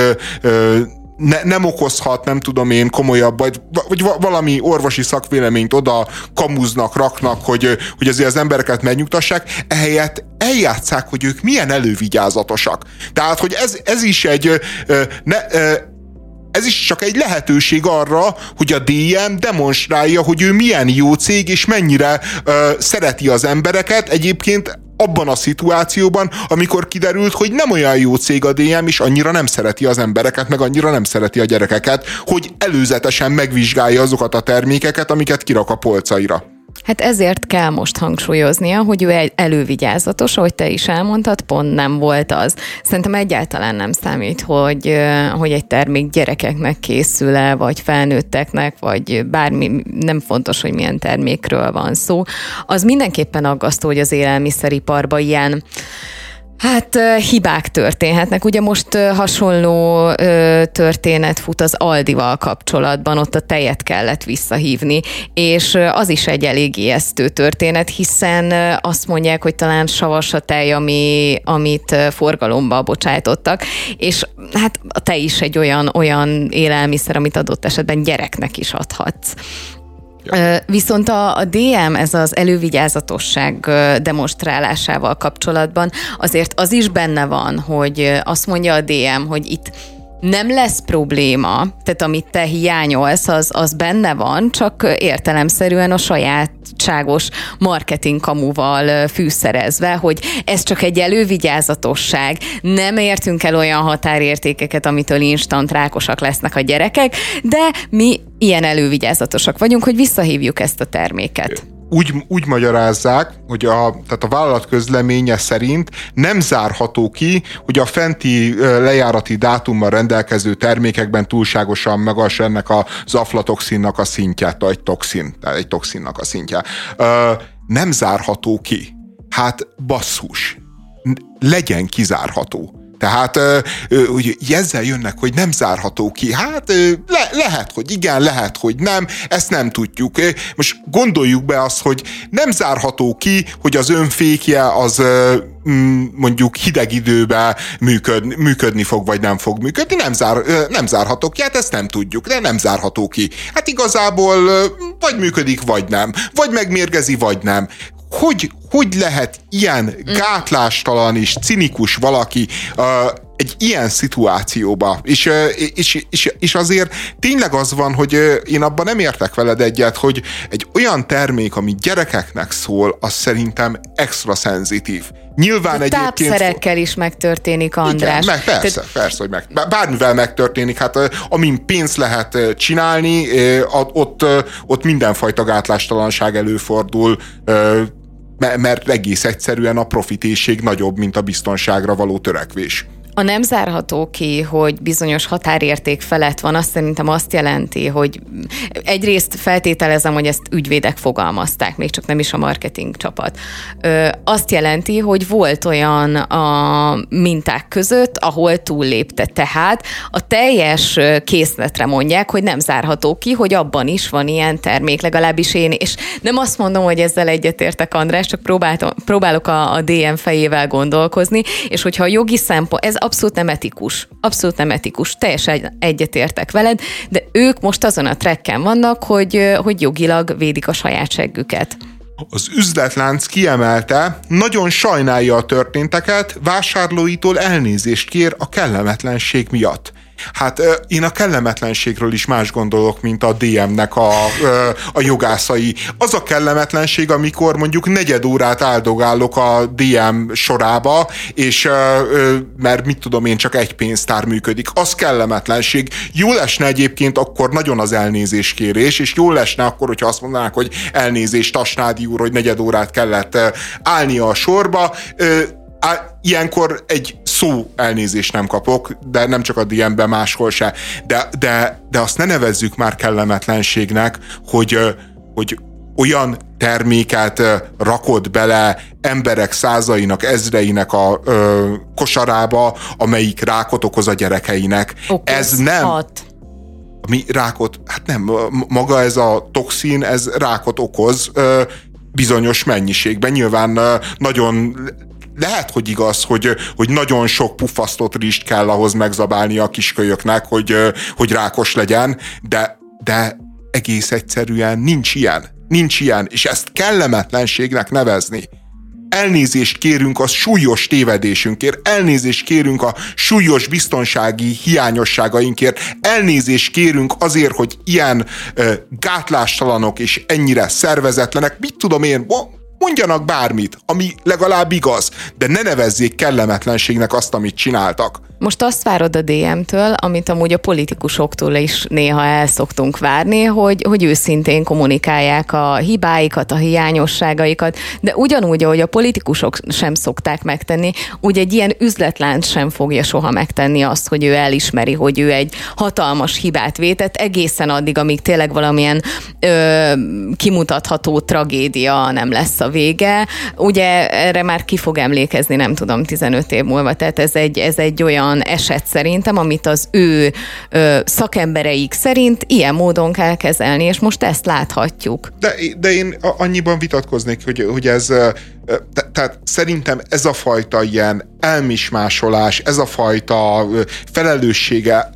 ne, nem okozhat, nem tudom én, komolyabb, vagy, vagy valami orvosi szakvéleményt oda kamuznak, raknak, hogy, hogy azért az embereket megnyugtassák, ehelyett eljátsszák, hogy ők milyen elővigyázatosak. Tehát, hogy ez, ez is egy ne, ez is csak egy lehetőség arra, hogy a dé em demonstrálja, hogy ő milyen jó cég, és mennyire uh, szereti az embereket. Egyébként abban a szituációban, amikor kiderült, hogy nem olyan jó cég a dé em, és annyira nem szereti az embereket, meg annyira nem szereti a gyerekeket, hogy előzetesen megvizsgálja azokat a termékeket, amiket kirak a polcaira. Hát ezért kell most hangsúlyoznia, hogy ő elővigyázatos, ahogy te is elmondtad, pont nem volt az. Szerintem egyáltalán nem számít, hogy, hogy egy termék gyerekeknek készül-e, vagy felnőtteknek, vagy bármi, nem fontos, hogy milyen termékről van szó. Az mindenképpen aggasztó, hogy az élelmiszeriparban ilyen Hát hibák történhetnek. Ugye most hasonló történet fut az Aldival kapcsolatban, ott a tejet kellett visszahívni, és az is egy elég ijesztő történet, hiszen azt mondják, hogy talán savas a tej, ami, amit forgalomba bocsájtottak, és hát a tej is egy olyan, olyan élelmiszer, amit adott esetben gyereknek is adhatsz. Viszont a, a dé em, ez az elővigyázatosság demonstrálásával kapcsolatban azért az is benne van, hogy azt mondja a dé em, hogy itt nem lesz probléma, tehát amit te hiányolsz, az, az benne van, csak értelemszerűen a sajátságos marketing kamuval fűszerezve, hogy ez csak egy elővigyázatosság, nem értünk el olyan határértékeket, amitől instant rákosak lesznek a gyerekek, de mi ilyen elővigyázatosak vagyunk, hogy visszahívjuk ezt a terméket. Úgy, úgy magyarázzák, hogy a, tehát a vállalat közleménye szerint nem zárható ki, hogy a fenti lejárati dátummal rendelkező termékekben túlságosan magas ennek az aflatoxinnak a szintje, egy toxin, egy toxinnak a szintje. Nem zárható ki. Hát basszus, legyen kizárható. Tehát hogy ezzel jönnek, hogy nem zárható ki. Hát le, lehet, hogy igen, lehet, hogy nem, ezt nem tudjuk. Most gondoljuk be azt, hogy nem zárható ki, hogy az önfékje az mondjuk hideg időben működni, működni fog, vagy nem fog működni. Nem, zár, nem zárható ki, hát ezt nem tudjuk, de nem zárható ki. Hát igazából vagy működik, vagy nem. Vagy megmérgezi, vagy nem. Hogy, hogy lehet ilyen gátlástalan és cinikus valaki uh, egy ilyen szituációba? És, uh, és, és, és azért tényleg az van, hogy uh, én abban nem értek veled egyet, hogy egy olyan termék, ami gyerekeknek szól, az szerintem extra szenzitív. Nyilván egyébként... Tápszerekkel is megtörténik, András. Igen, meg persze, Te... persze, hogy meg, bármivel megtörténik. Hát amin pénzt lehet csinálni, ott, ott mindenfajta gátlástalanság előfordul, mert egész egyszerűen a profitésség nagyobb, mint a biztonságra való törekvés. A nem zárható ki, hogy bizonyos határérték felett van, azt szerintem azt jelenti, hogy egyrészt feltételezem, hogy ezt ügyvédek fogalmazták, még csak nem is a marketing csapat. Ö, azt jelenti, hogy volt olyan a minták között, ahol túllépte. Tehát a teljes készletre mondják, hogy nem zárható ki, hogy abban is van ilyen termék, legalábbis én, és nem azt mondom, hogy ezzel egyetértek, András, csak próbálok a, a dé em fejével gondolkozni, és hogyha a jogi szempont, ez abszolút nem etikus. Abszolút nem etikus. Teljesen egyetértek veled, de ők most azon a trekken vannak, hogy, hogy jogilag védik a saját seggüket. Az üzletlánc kiemelte, nagyon sajnálja a történteket, vásárlóitól elnézést kér a kellemetlenség miatt. Hát én a kellemetlenségről is más gondolok, mint a dé em-nek a, a jogászai. Az a kellemetlenség, amikor mondjuk negyed órát áldogálok a dé em sorába, és mert mit tudom én, csak egy pénztár működik. Az kellemetlenség. Jól esne egyébként akkor nagyon az elnézéskérés, és jól esne akkor, hogyha azt mondanák, hogy elnézést, Tasnádi úr, hogy negyed órát kellett állnia a sorba. Ilyenkor egy szó elnézést nem kapok, de nem csak a dé em-ben, máshol se. De, de, de azt ne nevezzük már kellemetlenségnek, hogy, hogy olyan terméket rakod bele emberek százainak, ezreinek a ö, kosarába, amelyik rákot okoz a gyerekeinek. Okoz, ez nem... hat. Mi rákot? Hát nem, maga ez a toxin, ez rákot okoz ö, bizonyos mennyiségben. Nyilván ö, nagyon... Lehet, hogy igaz, hogy, hogy nagyon sok puffasztott rizst kell ahhoz megzabálni a kiskölyöknek, hogy, hogy rákos legyen, de, de egész egyszerűen nincs ilyen. Nincs ilyen, és ezt kellemetlenségnek nevezni. Elnézést kérünk a súlyos tévedésünkért, elnézést kérünk a súlyos biztonsági hiányosságainkért, elnézést kérünk azért, hogy ilyen uh, gátlástalanok és ennyire szervezetlenek, mit tudom én, mondjanak bármit, ami legalább igaz, de ne nevezzék kellemetlenségnek azt, amit csináltak. Most azt várod a dé em-től, amit amúgy a politikusoktól is néha el szoktunk várni, hogy, hogy őszintén kommunikálják a hibáikat, a hiányosságaikat, de ugyanúgy, ahogy a politikusok sem szokták megtenni, úgy egy ilyen üzletlánc sem fogja soha megtenni azt, hogy ő elismeri, hogy ő egy hatalmas hibát vétett, egészen addig, amíg tényleg valamilyen ö, kimutatható tragédia nem lesz a vége. Ugye erre már ki fog emlékezni, nem tudom, tizenöt év múlva, tehát ez egy, ez egy olyan eset szerintem, amit az ő ö, szakembereik szerint ilyen módon kell kezelni, és most ezt láthatjuk. De, de én annyiban vitatkoznék, hogy, hogy ez, te, tehát szerintem ez a fajta ilyen elmismásolás, ez a fajta felelőssége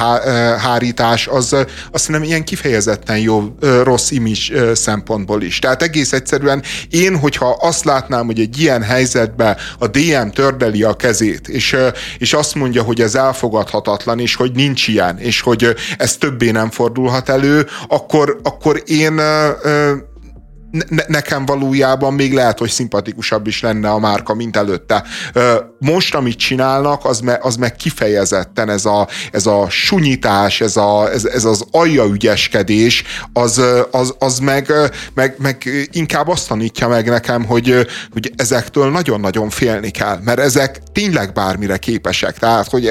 elhárítás, az azt hiszem ilyen kifejezetten jó, rossz image szempontból is. Tehát egész egyszerűen én, hogyha azt látnám, hogy egy ilyen helyzetben a dé em tördeli a kezét, és, és azt mondja, hogy ez elfogadhatatlan, és hogy nincs ilyen, és hogy ez többé nem fordulhat elő, akkor, akkor én Ne, nekem valójában még lehet, hogy szimpatikusabb is lenne a márka, mint előtte. Most, amit csinálnak, az, me, az meg kifejezetten ez a, ez a sunyítás, ez, a, ez, ez az aljaügyeskedés, az, az, az meg, meg, meg inkább azt tanítja meg nekem, hogy, hogy ezektől nagyon-nagyon félni kell, mert ezek tényleg bármire képesek. Tehát, hogy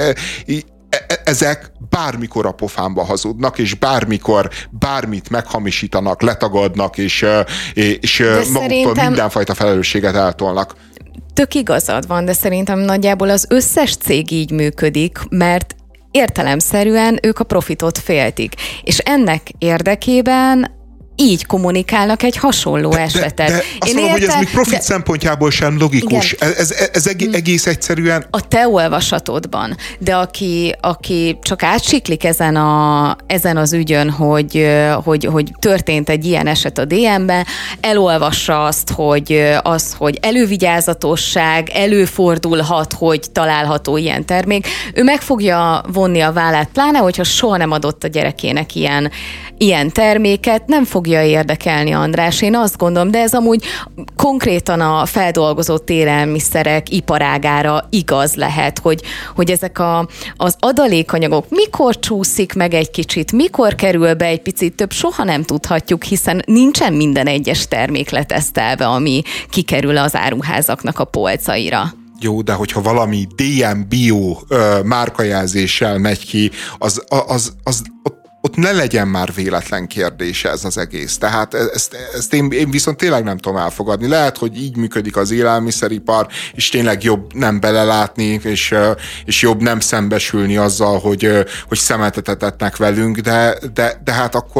ezek bármikor a pofámba hazudnak, és bármikor bármit meghamisítanak, letagadnak, és, és maguktól szerintem mindenfajta felelősséget eltolnak. Tök igazad van, de szerintem nagyjából az összes cég így működik, mert értelemszerűen ők a profitot féltik. És ennek érdekében így kommunikálnak egy hasonló de, esetet. De, de azt Én mondom, értem, hogy ez még profit de, szempontjából sem logikus. Igen. Ez, ez, ez egész egyszerűen... A te olvasatodban, de aki, aki csak átsiklik ezen, a, ezen az ügyön, hogy, hogy, hogy történt egy ilyen eset a dé em-ben, elolvassa azt, hogy, az, hogy elővigyázatosság, előfordulhat, hogy található ilyen termék, ő meg fogja vonni a vállát, pláne, hogyha soha nem adott a gyerekének ilyen, ilyen terméket, nem fogja érdekelni, András, én azt gondolom, de ez amúgy konkrétan a feldolgozott élelmiszerek iparágára igaz lehet, hogy, hogy ezek a, az adalékanyagok mikor csúszik meg egy kicsit, mikor kerül be egy picit több, soha nem tudhatjuk, hiszen nincsen minden egyes termék letesztelve, ami kikerül az áruházaknak a polcaira. Jó, de hogyha valami dé em Bio ö, márkajelzéssel megy ki, az, az, az, az ott ott ne legyen már véletlen kérdése ez az egész. Tehát ezt, ezt én, én viszont tényleg nem tudom elfogadni. Lehet, hogy így működik az élelmiszeripar, és tényleg jobb nem belelátni, és, és jobb nem szembesülni azzal, hogy, hogy szemetet etetnek velünk, de, de, de hát akkor,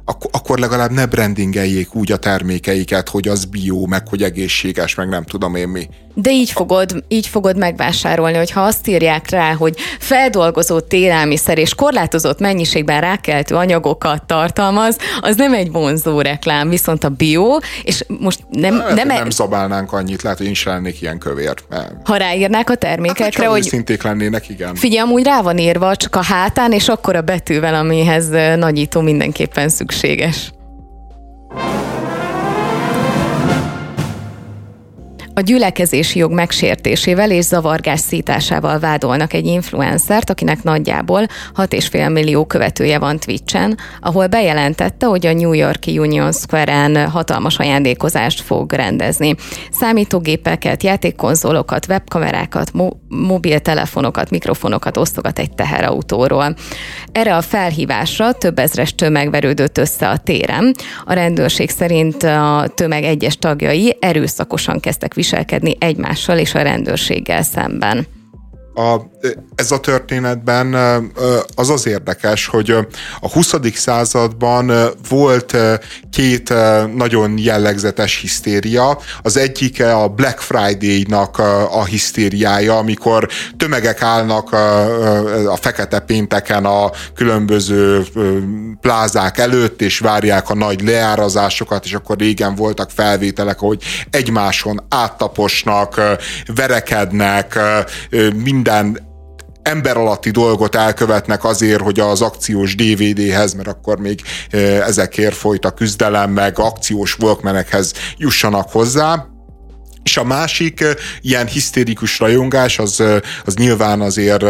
Ak- akkor legalább ne brandingeljék úgy a termékeiket, hogy az bio, meg hogy egészséges, meg nem tudom én mi. De így fogod, így fogod megvásárolni, hogyha azt írják rá, hogy feldolgozott élelmiszer és korlátozott mennyiségben rákeltő anyagokat tartalmaz, az nem egy vonzó reklám, viszont a bio, és most nem... Hát, nem, nem zabálnánk annyit, lehet, hogy én sem lennék ilyen kövér. Ha ráírnák a termékekre, hát, hogy... szinték lennének, igen. Figyelj, amúgy rá van írva csak a hátán, és akkor a betűvel, amihez nagyító mindenképpen szükséges. A gyülekezési jog megsértésével és zavargás szításával vádolnak egy influencert, akinek nagyjából hat egész öt millió követője van Twitchen, ahol bejelentette, hogy a New York-i Union Square-en hatalmas ajándékozást fog rendezni. Számítógépeket, játékkonzolokat, webkamerákat, mo- mobiltelefonokat, mikrofonokat osztogat egy teherautóról. Erre a felhívásra több ezres tömeg verődött össze a téren. A rendőrség szerint a tömeg egyes tagjai erőszakosan kezdtek viselkedni egymással és a rendőrséggel szemben. A, ez a történetben az az érdekes, hogy a huszadik században volt két nagyon jellegzetes hisztéria. Az egyik a Black Friday-nak a hisztériája, amikor tömegek állnak a fekete pénteken a különböző plázák előtt, és várják a nagy leárazásokat, és akkor régen voltak felvételek, hogy egymáson áttaposnak, verekednek, minden minden ember alatti dolgot elkövetnek azért, hogy az akciós dé vé dé-hez, mert akkor még ezekért folyt a küzdelem, meg akciós walkmanekhez jussanak hozzá. És a másik ilyen hisztérikus rajongás, az, az nyilván azért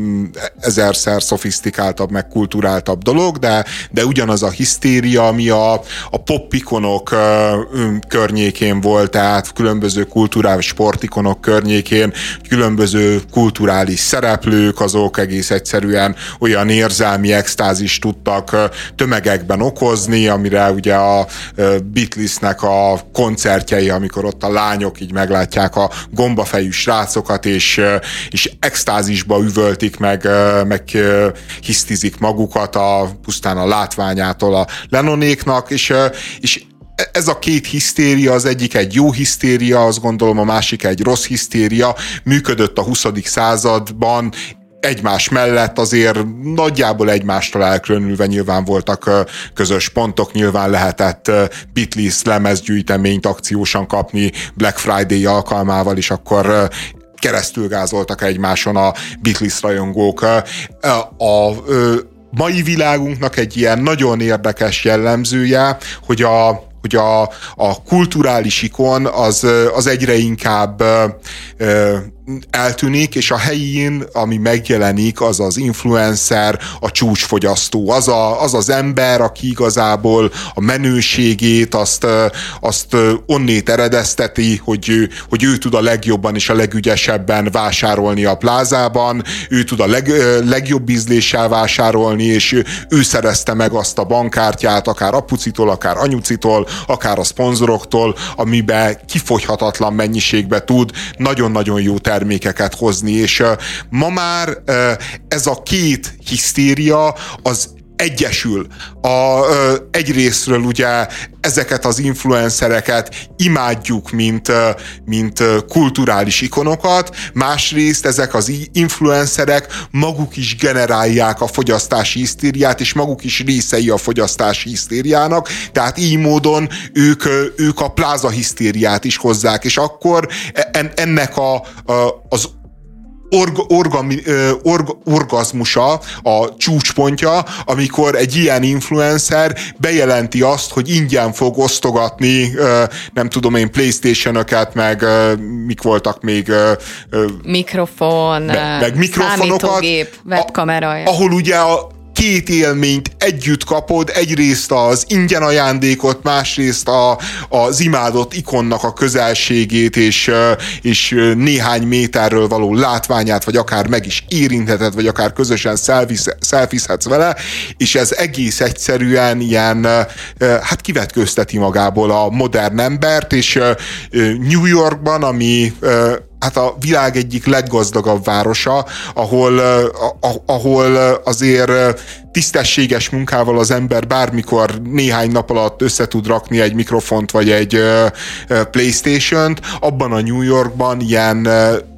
ezerszer szofisztikáltabb, meg kulturáltabb dolog, de, de ugyanaz a hisztéria, ami a, a pop-ikonok környékén volt, tehát különböző kulturális sportikonok környékén, különböző kulturális szereplők, azok egész egyszerűen olyan érzelmi extázist tudtak tömegekben okozni, amire ugye a Beatlesnek a koncertjei, amikor ott a lányok így meglátják a gombafejű srácokat, és, és extázisba üvöltik, meg, meg hisztizik magukat a, pusztán a látványától a Lennonéknak, és, és ez a két hisztéria, az egyik egy jó hisztéria, azt gondolom, a másik egy rossz hisztéria, működött a huszadik században, egymás mellett azért nagyjából egymástól elkülönülve nyilván voltak közös pontok, nyilván lehetett Beatles lemezgyűjteményt akciósan kapni Black Friday alkalmával, és akkor keresztülgázoltak egymáson a Beatles rajongók. A, a mai világunknak egy ilyen nagyon érdekes jellemzője, hogy a hogy a, a kulturális ikon az, az egyre inkább ö, eltűnik, és a helyén, ami megjelenik, az az influencer, a csúcsfogyasztó. Az, a, az az ember, aki igazából a menőségét azt, azt onnét eredezteti, hogy, hogy ő tud a legjobban és a legügyesebben vásárolni a plázában, ő tud a leg, legjobb ízléssel vásárolni, és ő szerezte meg azt a bankkártyát, akár apucitól, akár anyucitól, akár a szponzoroktól, amiben kifogyhatatlan mennyiségbe tud nagyon-nagyon jó termékeket hozni, és ma már ez a két hisztéria az egyesül. A, egyrésztről ugye ezeket az influencereket imádjuk, mint, mint kulturális ikonokat, másrészt ezek az influencerek maguk is generálják a fogyasztási hisztériát, és maguk is részei a fogyasztási hisztériának, tehát így módon ők, ők a pláza hisztériát is hozzák, és akkor ennek a, az Org, orgami, org, orgazmusa, a csúcspontja, amikor egy ilyen influencer bejelenti azt, hogy ingyen fog osztogatni, nem tudom én, PlayStation-öket, meg mik voltak még... Mikrofon, meg, meg mikrofonokat, számítógép, webkamera. Ahol ugye a két élményt együtt kapod, egyrészt az ingyen ajándékot, másrészt a, az imádott ikonnak a közelségét, és, és néhány méterről való látványát, vagy akár meg is érintheted, vagy akár közösen szelfizhetsz vele, és ez egész egyszerűen ilyen, hát kivetközteti magából a modern embert, és New Yorkban, ami hát a világ egyik leggazdagabb városa, ahol, ahol azért tisztességes munkával az ember bármikor néhány nap alatt össze tud rakni egy mikrofont vagy egy PlayStation-t. Abban a New Yorkban ilyen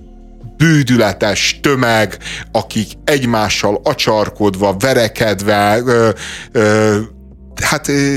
bődületes tömeg, akik egymással acsarkodva, verekedve, ö, ö, hát ö,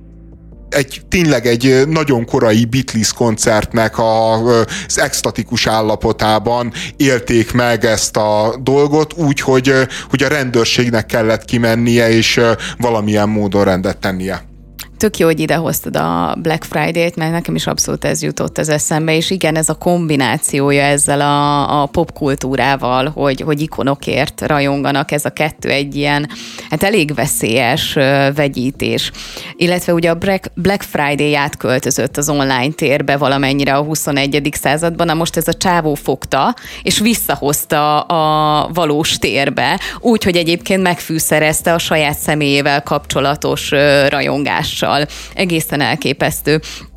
egy, tényleg egy nagyon korai Beatles koncertnek a, az extatikus állapotában élték meg ezt a dolgot, úgy, hogy, hogy a rendőrségnek kellett kimennie, és valamilyen módon rendet tennie. Tök jó, hogy idehoztad a Black Friday-t, mert nekem is abszolút ez jutott az eszembe, és igen, ez a kombinációja ezzel a, a popkultúrával, hogy, hogy ikonokért rajonganak, ez a kettő egy ilyen, hát elég veszélyes vegyítés. Illetve ugye a Black Friday átköltözött az online térbe valamennyire a huszonegyedik században, na most ez a csávó fogta, és visszahozta a valós térbe, úgy, hogy egyébként megfűszerezte a saját személyével kapcsolatos rajongással. Egészen elképesztő.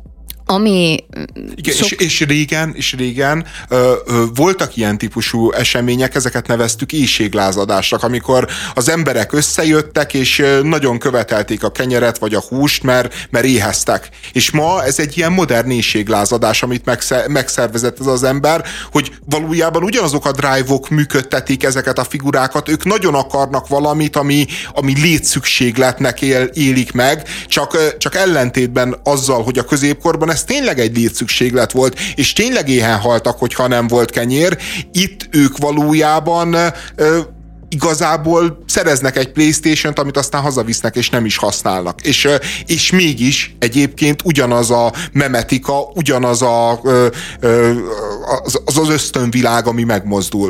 Ami... Igen, sok... és, és régen, és régen ö, ö, voltak ilyen típusú események, ezeket neveztük éhséglázadásnak, amikor az emberek összejöttek, és nagyon követelték a kenyeret, vagy a húst, mert, mert éheztek. És ma ez egy ilyen modern éhséglázadás, amit megszer, megszervezett ez az ember, hogy valójában ugyanazok a drive-ok működtetik ezeket a figurákat, ők nagyon akarnak valamit, ami, ami létszükségletnek él, élik meg, csak, csak ellentétben azzal, hogy a középkorban ez tényleg egy létszükséglet volt, és tényleg éhen haltak, hogyha nem volt kenyér. Itt ők valójában ö, igazából szereznek egy PlayStation-t, amit aztán hazavisznek, és nem is használnak. És, ö, és mégis egyébként ugyanaz a memetika, ugyanaz a, ö, ö, az, az az ösztönvilág, ami megmozdul.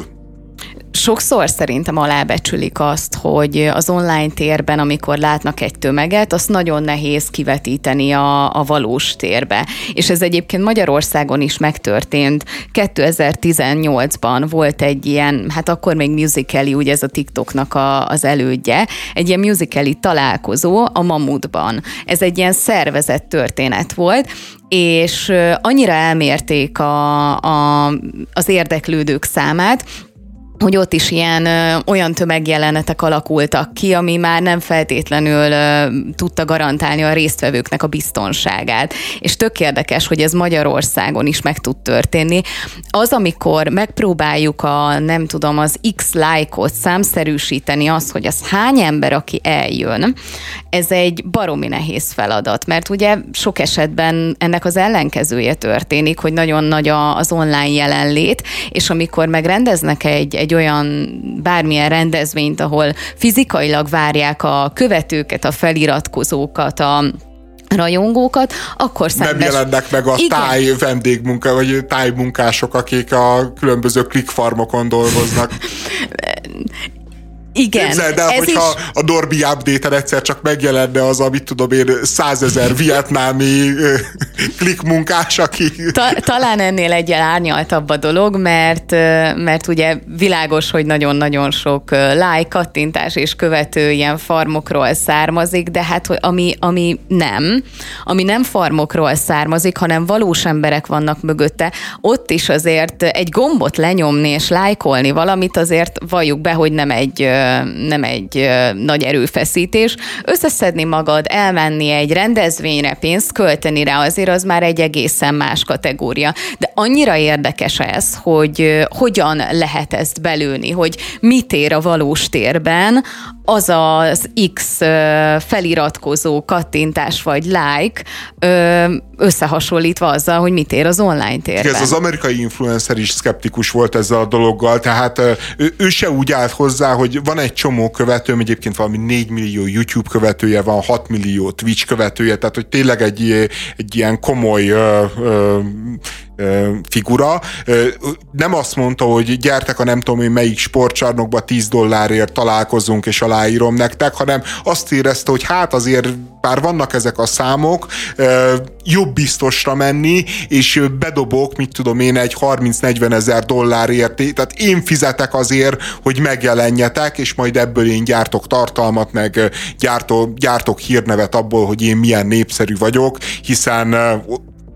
Sokszor szerintem alábecsülik azt, hogy az online térben, amikor látnak egy tömeget, azt nagyon nehéz kivetíteni a, a valós térbe. És ez egyébként Magyarországon is megtörtént. kétezer-tizennyolcban volt egy ilyen, hát akkor még Musical.ly, ugye ez a TikToknak a, az elődje, egy ilyen Musical.ly találkozó a Mamutban. Ez egy ilyen szervezett történet volt, és annyira elmérték a, a, az érdeklődők számát, hogy ott is ilyen ö, olyan tömegjelenetek alakultak ki, ami már nem feltétlenül ö, tudta garantálni a résztvevőknek a biztonságát. És tök érdekes, hogy ez Magyarországon is meg tud történni. Az, amikor megpróbáljuk a, nem tudom, az X lájkot számszerűsíteni, az, hogy az hány ember, aki eljön, ez egy baromi nehéz feladat, mert ugye sok esetben ennek az ellenkezője történik, hogy nagyon nagy a, az online jelenlét, és amikor megrendeznek egy, egy olyan bármilyen rendezvényt, ahol fizikailag várják a követőket, a feliratkozókat, a rajongókat, akkor szembes... Nem jelennek meg a igen. táj vendégmunka, vagy tájmunkások, akik a különböző klikfarmokon dolgoznak. Igen. Képzeld el, hogyha is... a Norbi update-en egyszer csak megjelenne az, amit tudom én, százezer vietnámi klikmunkás, aki... Ta- talán ennél egyen árnyaltabb a dolog, mert, mert ugye világos, hogy nagyon-nagyon sok like, kattintás és követő ilyen farmokról származik, de hát ami, ami nem, ami nem farmokról származik, hanem valós emberek vannak mögötte, ott is azért egy gombot lenyomni és lájkolni valamit azért valljuk be, hogy nem egy nem egy nagy erőfeszítés. Összeszedni magad, elmenni egy rendezvényre, pénzt költeni rá, azért az már egy egészen más kategória. De annyira érdekes ez, hogy hogyan lehet ezt belőni, hogy mit ér a valós térben az az X feliratkozó, kattintás vagy like összehasonlítva azzal, hogy mit ér az online térben. Ez az amerikai influencer is szkeptikus volt ezzel a dologgal, tehát ő, ő se úgy állt hozzá, hogy van egy csomó követőm, egyébként valami négy millió YouTube követője van, hat millió Twitch követője, tehát hogy tényleg egy, egy ilyen komoly ö, ö, figura. Nem azt mondta, hogy gyertek a nem tudom én melyik sportcsarnokba tíz dollárért találkozunk és aláírom nektek, hanem azt érezte, hogy hát azért bár vannak ezek a számok, jobb biztosra menni, és bedobok, mit tudom én, egy harminc-negyven ezer dollárért, tehát én fizetek azért, hogy megjelenjetek, és majd ebből én gyártok tartalmat, meg gyártok, gyártok hírnevet abból, hogy én milyen népszerű vagyok, hiszen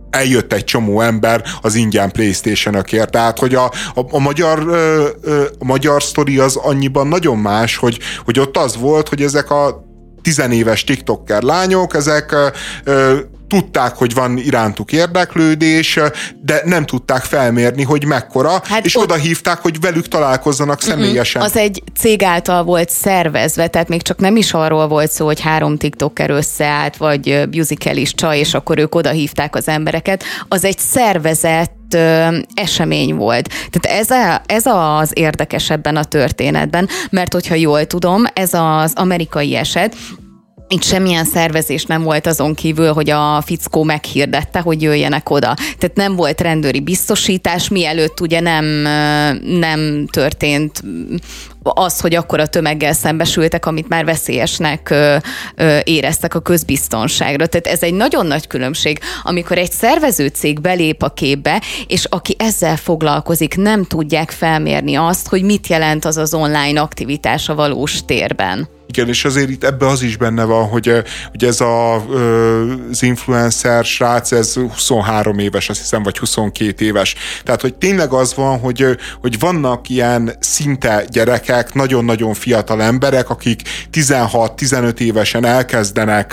eljött egy csomó ember az ingyen PlayStation-ökért. Tehát, hogy a, a, a magyar a magyar sztori az annyiban nagyon más, hogy, hogy ott az volt, hogy ezek a tizenéves tiktoker lányok, ezek ö, tudták, hogy van irántuk érdeklődés, de nem tudták felmérni, hogy mekkora, hát és ott... oda hívták, hogy velük találkozzanak személyesen. Az egy cég által volt szervezve, tehát még csak nem is arról volt szó, hogy három tiktoker összeállt, vagy musicalis csaj, és akkor ők oda hívták az embereket. Az egy szervezett Ö, esemény volt. Tehát ez, a, ez az érdekes ebben a történetben, mert hogyha jól tudom, ez az amerikai eset, itt semmilyen szervezés nem volt azon kívül, hogy a fickó meghirdette, hogy jöjjenek oda. Tehát nem volt rendőri biztosítás, mielőtt ugye nem, nem történt az, hogy akkor a tömeggel szembesültek, amit már veszélyesnek ö, ö, éreztek a közbiztonságra. Tehát ez egy nagyon nagy különbség, amikor egy szervező cég belép a képbe, és aki ezzel foglalkozik, nem tudják felmérni azt, hogy mit jelent az az online aktivitás a valós térben. Igen, és azért itt ebbe az is benne van, hogy, hogy ez a, az influencer srác, ez huszonhárom éves, azt hiszem, vagy huszonkét éves. Tehát, hogy tényleg az van, hogy, hogy vannak ilyen szinte gyerekek, nagyon-nagyon fiatal emberek, akik tizenhat-tizenöt évesen elkezdenek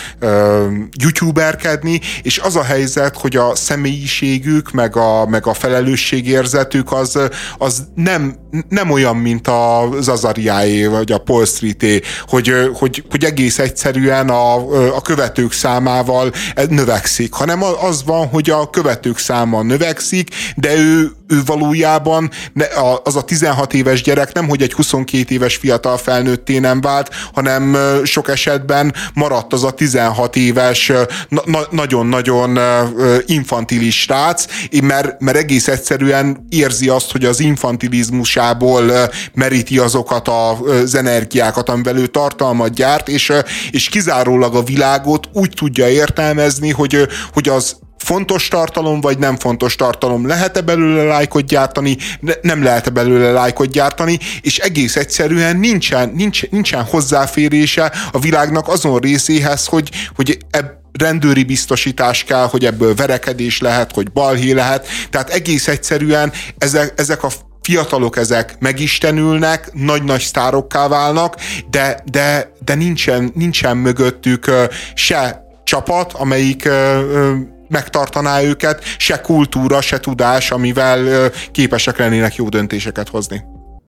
youtuberkedni, és az a helyzet, hogy a személyiségük, meg a, meg a felelősségérzetük az, az nem, nem olyan, mint az Azariáé, vagy a Paul Streeté, Hogy, hogy, hogy egész egyszerűen a, a követők számával növekszik, hanem az van, hogy a követők száma növekszik, de ő, ő valójában az a tizenhat éves gyerek nem, hogy egy huszonkét éves fiatal felnőtté nem vált, hanem sok esetben maradt az a tizenhat éves na- nagyon-nagyon infantilis srác, mert, mert egész egyszerűen érzi azt, hogy az infantilizmusából meríti azokat az energiákat, amivel ő tartalmat gyárt, és, és kizárólag a világot úgy tudja értelmezni, hogy, hogy az fontos tartalom, vagy nem fontos tartalom. Lehet-e belőle lájkot gyártani, nem lehet-e belőle lájkot gyártani, és egész egyszerűen nincsen, nincs, nincsen hozzáférése a világnak azon részéhez, hogy, hogy ebb rendőri biztosítás kell, hogy ebből verekedés lehet, hogy balhé lehet. Tehát egész egyszerűen ezek, ezek a fiatalok ezek megistenülnek, nagy-nagy sztárokká válnak, de, de, de nincsen, nincsen mögöttük se csapat, amelyik megtartaná őket, se kultúra, se tudás, amivel képesek lennének jó döntéseket hozni.